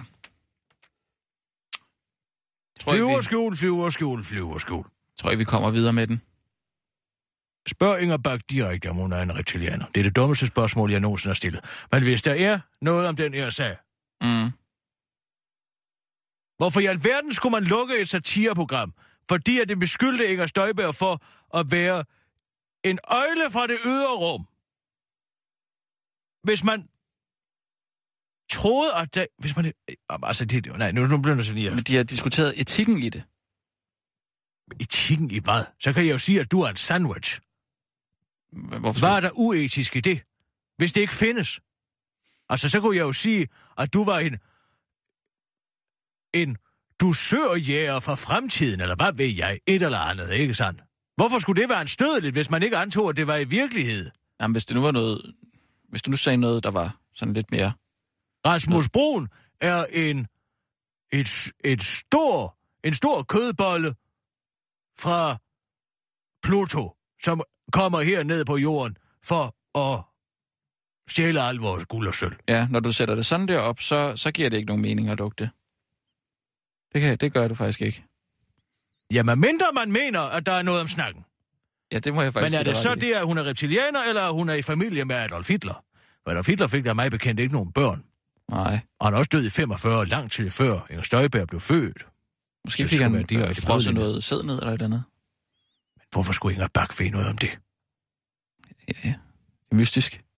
Flyverskjul, flyverskjul, flyverskjul. Tror jeg, vi kommer videre med den. Spørg Inger Bak direkte, om hun er en reptilianer. Det er det dummeste spørgsmål, jeg nogensinde har stillet. Men hvis der er noget om den her sag... Mm. Hvorfor i alverden skulle man lukke et satireprogram? Fordi at det beskyldte Inger Støjberg for at være en øgle fra det ydre rum. Hvis man... troede, at der, hvis man... Altså, det, nej, nu, nu bliver det sådan lige... Men de har diskuteret etikken i det. Etikken i hvad? Så kan jeg jo sige, at du er en sandwich. Hvorfor? Hvad er der uetisk i det? Hvis det ikke findes. Altså, så kunne jeg jo sige, at du var en... En dusørjæger fra fremtiden, eller hvad ved jeg? Et eller andet, ikke sandt? Hvorfor skulle det være en stødeligt, hvis man ikke antog, at det var i virkelighed? Jamen, hvis det nu var noget... Hvis du nu sagde noget, der var sådan lidt mere... Rasmus Broen er en... Et, et stor... En stor kødbolle fra Pluto, som kommer her ned på jorden for at stjæle al vores guld og sølv. Ja, når du sætter det sådan der op, så, så giver det ikke nogen mening at lugte. Det, kan, det gør du faktisk ikke. Jamen, mindre man mener, at der er noget om snakken. Ja, det må jeg faktisk. Men er det så det, at hun er reptilianer, eller hun er i familie med Adolf Hitler? For Adolf Hitler fik der mig bekendt ikke nogen børn. Nej. Og han er også død i femogfyrre, lang tid før Inger Støjberg blev født. Måske fik han frosset noget sæd ned eller et andet. Men hvorfor skulle Inger Bak ved noget om det? Ja, ja. Det er mystisk.